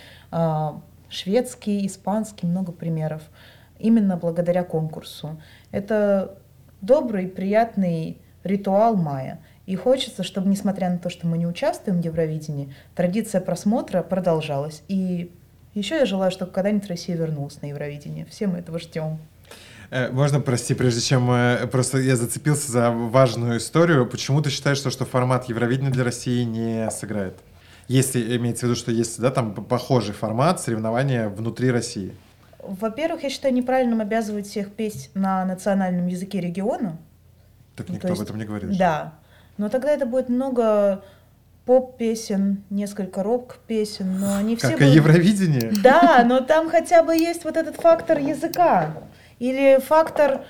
Шведский, испанский, много примеров. Именно благодаря конкурсу. Это добрый, приятный ритуал мая. И хочется, чтобы, несмотря на то, что мы не участвуем в Евровидении, традиция просмотра продолжалась. И еще я желаю, чтобы когда-нибудь Россия вернулась на Евровидение. Все мы этого ждем.
Можно, прости, прежде чем просто я зацепился за важную историю. Почему ты считаешь, что формат Евровидения для России не сыграет? Если имеется в виду, что есть, да, там похожий формат соревнования внутри России.
Во-первых, я считаю неправильным обязывать всех петь на национальном языке региона.
Так никто об этом не говорит.
Да, но тогда это будет много поп-песен, несколько рок-песен, но они все
Как
будут...
и Евровидение?
Да, но там хотя бы есть вот этот фактор языка. Или фактор...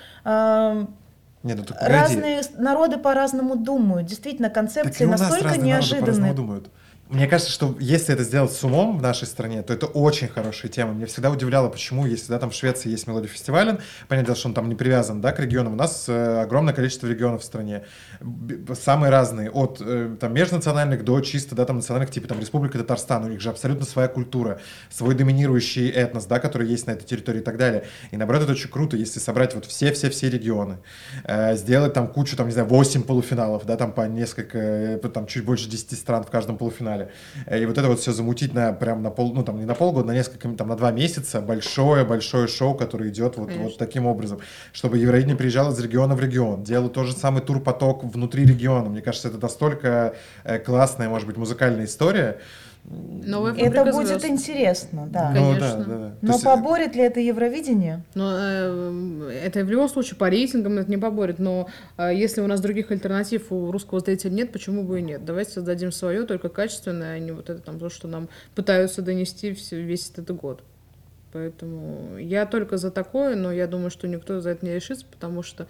Не, ну так погоди.
разные народы по-разному думают. Действительно, концепции
Так и у нас
настолько
разные народы
неожиданные.
по-разному думают. Мне кажется, что если это сделать с умом в нашей стране, то это очень хорошая тема. Меня всегда удивляло, почему, если да, там в Швеции есть Мелодия Фестивален, понятное дело, что он там не привязан, да, к регионам, у нас огромное количество регионов в стране, самые разные, от там межнациональных до чисто, да, там национальных, типа там Республика Татарстан, у них же абсолютно своя культура, свой доминирующий этнос, да, который есть на этой территории и так далее. И наоборот, это очень круто, если собрать вот все регионы, сделать там кучу, там, не знаю, 8 полуфиналов, да, там по несколько, там чуть больше 10 стран в каждом полуфинале. И вот это вот все замутить прям на ну там не на полгода, на несколько, там на 2 месяца, большое шоу, которое идет вот таким образом, чтобы Евровидение приезжало из региона в регион, делало тот же самый турпоток внутри региона. Мне кажется, это настолько классная, может быть, музыкальная история.
Новая
Это
фабрика
будет
звезд.
интересно, да.
Ну,
Конечно.
да.
Но
есть,
поборет ли это Евровидение?
Но это в любом случае по рейтингам это не поборет. Но если у нас других альтернатив у русского зрителя нет, почему бы и нет? Давайте создадим свое, только качественное, а не вот это там то, что нам пытаются донести весь этот год. Поэтому я только за такое, но я думаю, что никто за это не решится, потому что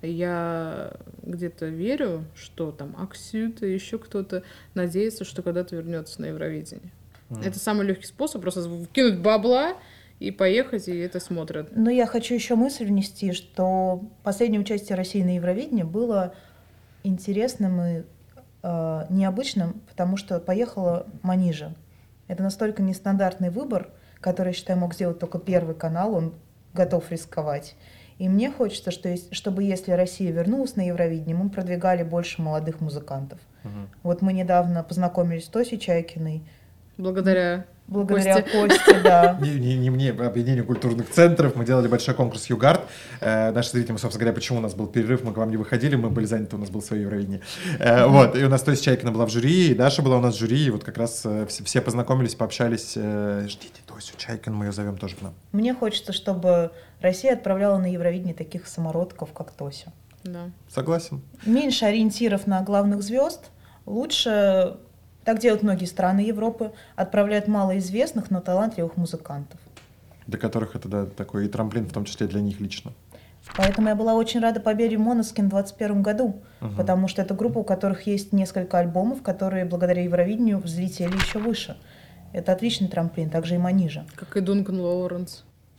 я где-то верю, что там Аксют и еще кто-то надеется, что когда-то вернется на Евровидение. Это самый легкий способ, просто кинуть бабла и поехать, и это смотрят.
Но я хочу еще мысль внести, что последнее участие России на Евровидении было интересным и необычным, потому что поехала Манижа. Это настолько нестандартный выбор, который, я считаю, мог сделать только Первый канал, он готов рисковать. И мне хочется, чтобы если Россия вернулась на Евровидение, мы продвигали больше молодых музыкантов. Вот мы недавно познакомились с Тосей Чайкиной.
Благодаря
Косте, да.
Не мне, а объединению культурных центров. Мы делали большой конкурс «Югард». Наши зрители, собственно говоря, почему у нас был перерыв, мы к вам не выходили, мы были заняты, у нас было свое Евровидение. Вот, и у нас Тося Чайкина была в жюри, и Даша была у нас в жюри, и вот как раз все познакомились, пообщались. Ждите Тосю Чайкину, мы ее зовем тоже к нам.
Мне хочется, чтобы Россия отправляла на Евровидение таких самородков, как Тося.
Да.
Согласен.
Меньше ориентиров на главных звезд, лучше... Так делают многие страны Европы, отправляют малоизвестных, но талантливых музыкантов.
Для которых это, да, такой и трамплин, в том числе для них лично.
Поэтому я была очень рада победе Måneskin в 2021 году, потому что это группа, у которых есть несколько альбомов, которые благодаря Евровидению взлетели еще выше. Это отличный трамплин, также и Манижа.
Как и Дункан Лоуренс.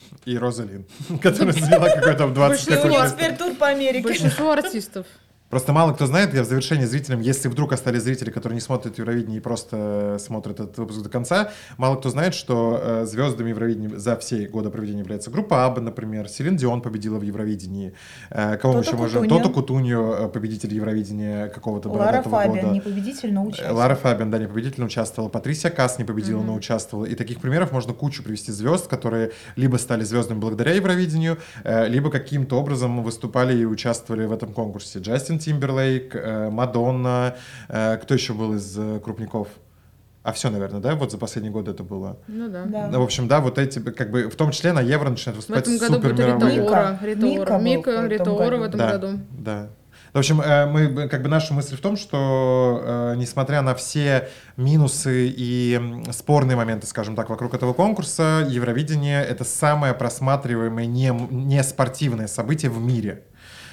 и Розалин, которая заняла какой-то 20
Большинство.
И
какой-то...
теперь тут по Америке.
Большинство артистов.
Просто мало кто знает, я в завершении зрителям, если вдруг остались зрители, которые не смотрят Евровидение и просто смотрят этот выпуск до конца, мало кто знает, что звездами Евровидения за все годы проведения является группа Абба, например, Селин Дион победила в Евровидении, кого мы еще можем? Тото Кутуньо, победитель Евровидения какого-то
Лара
бородатого года.
Фабиан не победитель, но участвовала.
Лара Фабиан, да, не победитель, но участвовала. Патрисия Касс не победила, но участвовала. И таких примеров можно кучу привести звезд, которые либо стали звездами благодаря Евровидению, либо каким-то образом выступали и участвовали в этом конкурсе. Джастин Тимберлейк, Мадонна, кто еще был из крупников? А все, наверное, да? Вот за последние годы это было.
Ну да.
Да.
Ну, в общем, да, вот эти, как бы, в том числе на Евро начинают
В
выступать
этом году будет
супер мировые.
Мика Ритора в этом
Да,
году.
да. В общем, мы, как бы, наша мысль в том, что несмотря на все минусы и спорные моменты, скажем так, вокруг этого конкурса, Евровидение — это самое просматриваемое не спортивное событие в мире.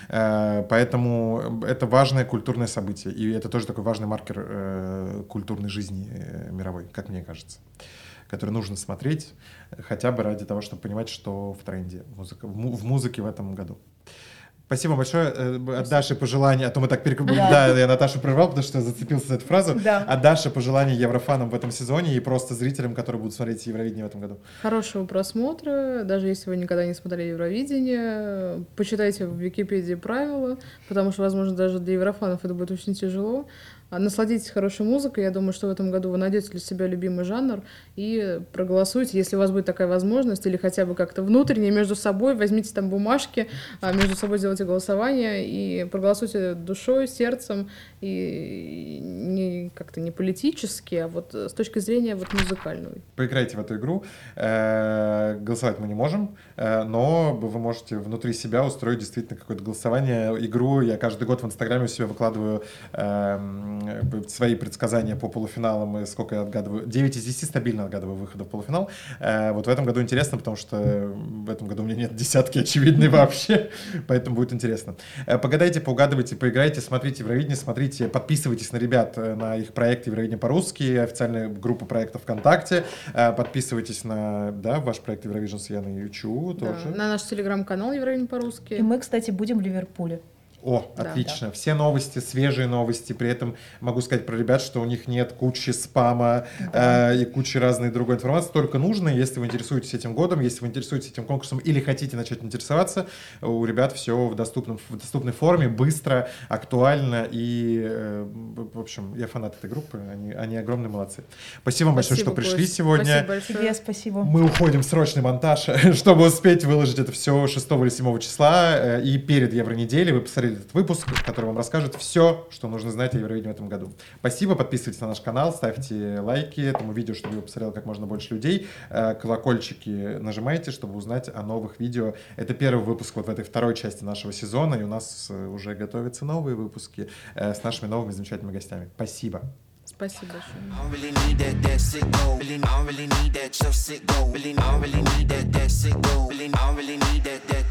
Поэтому это важное культурное событие, и это тоже такой важный маркер культурной жизни мировой, как мне кажется, который нужно смотреть хотя бы ради того, чтобы понимать, что в тренде в музыке в этом году. Спасибо большое. От Даши пожелания, а то мы так Да, я Наташу прервал, потому что зацепился за эту фразу.
Да.
От Даши пожелания еврофанам в этом сезоне и просто зрителям, которые будут смотреть Евровидение в этом году.
Хорошего просмотра, даже если вы никогда не смотрели Евровидение, почитайте в Википедии правила, потому что, возможно, даже для еврофанов это будет очень тяжело. Насладитесь хорошей музыкой, я думаю, что в этом году вы найдете для себя любимый жанр и проголосуйте, если у вас будет такая возможность, или хотя бы как-то внутренне между собой, возьмите там бумажки, между собой сделайте голосование и проголосуйте душой, сердцем, и не как-то не политически, а вот с точки зрения вот музыкальной.
Поиграйте в эту игру. Голосовать мы не можем, но вы можете внутри себя устроить действительно какое-то голосование, игру. Я каждый год в Инстаграме у себя выкладываю свои предсказания по полуфиналам, и сколько я отгадываю. 9 из 10 стабильно отгадываю выхода в полуфинал. Вот в этом году интересно, потому что в этом году у меня нет десятки очевидной вообще, поэтому будет интересно. Погадайте, поугадывайте, поиграйте, смотрите Евровидение, смотрите, подписывайтесь на ребят, на их проект Евровидение по-русски, официальная группа проектов ВКонтакте, подписывайтесь на ваш проект Евровижн с Яной Ючу тоже.
На наш телеграм-канал Евровидение по-русски.
И мы, кстати, будем в Ливерпуле.
О, отлично. Все новости, свежие новости. При этом могу сказать про ребят, что у них нет кучи спама и кучи разной другой информации. Только нужно, если вы интересуетесь этим годом, если вы интересуетесь этим конкурсом или хотите начать интересоваться, у ребят все в доступной форме, быстро, актуально. И, в общем, я фанат этой группы. Они огромные молодцы. Спасибо вам большое, что пришли сегодня.
Тебе спасибо.
Мы уходим в срочный монтаж, чтобы успеть выложить это все 6 или 7 числа. И перед Евронеделей вы посмотрели этот выпуск, который вам расскажет все, что нужно знать о Евровидении в этом году. Спасибо, подписывайтесь на наш канал, ставьте лайки этому видео, чтобы его посмотрело как можно больше людей. Колокольчики нажимайте, чтобы узнать о новых видео. Это первый выпуск вот в этой второй части нашего сезона, и у нас уже готовятся новые выпуски с нашими новыми замечательными гостями. Спасибо.
Спасибо большое.
Really need that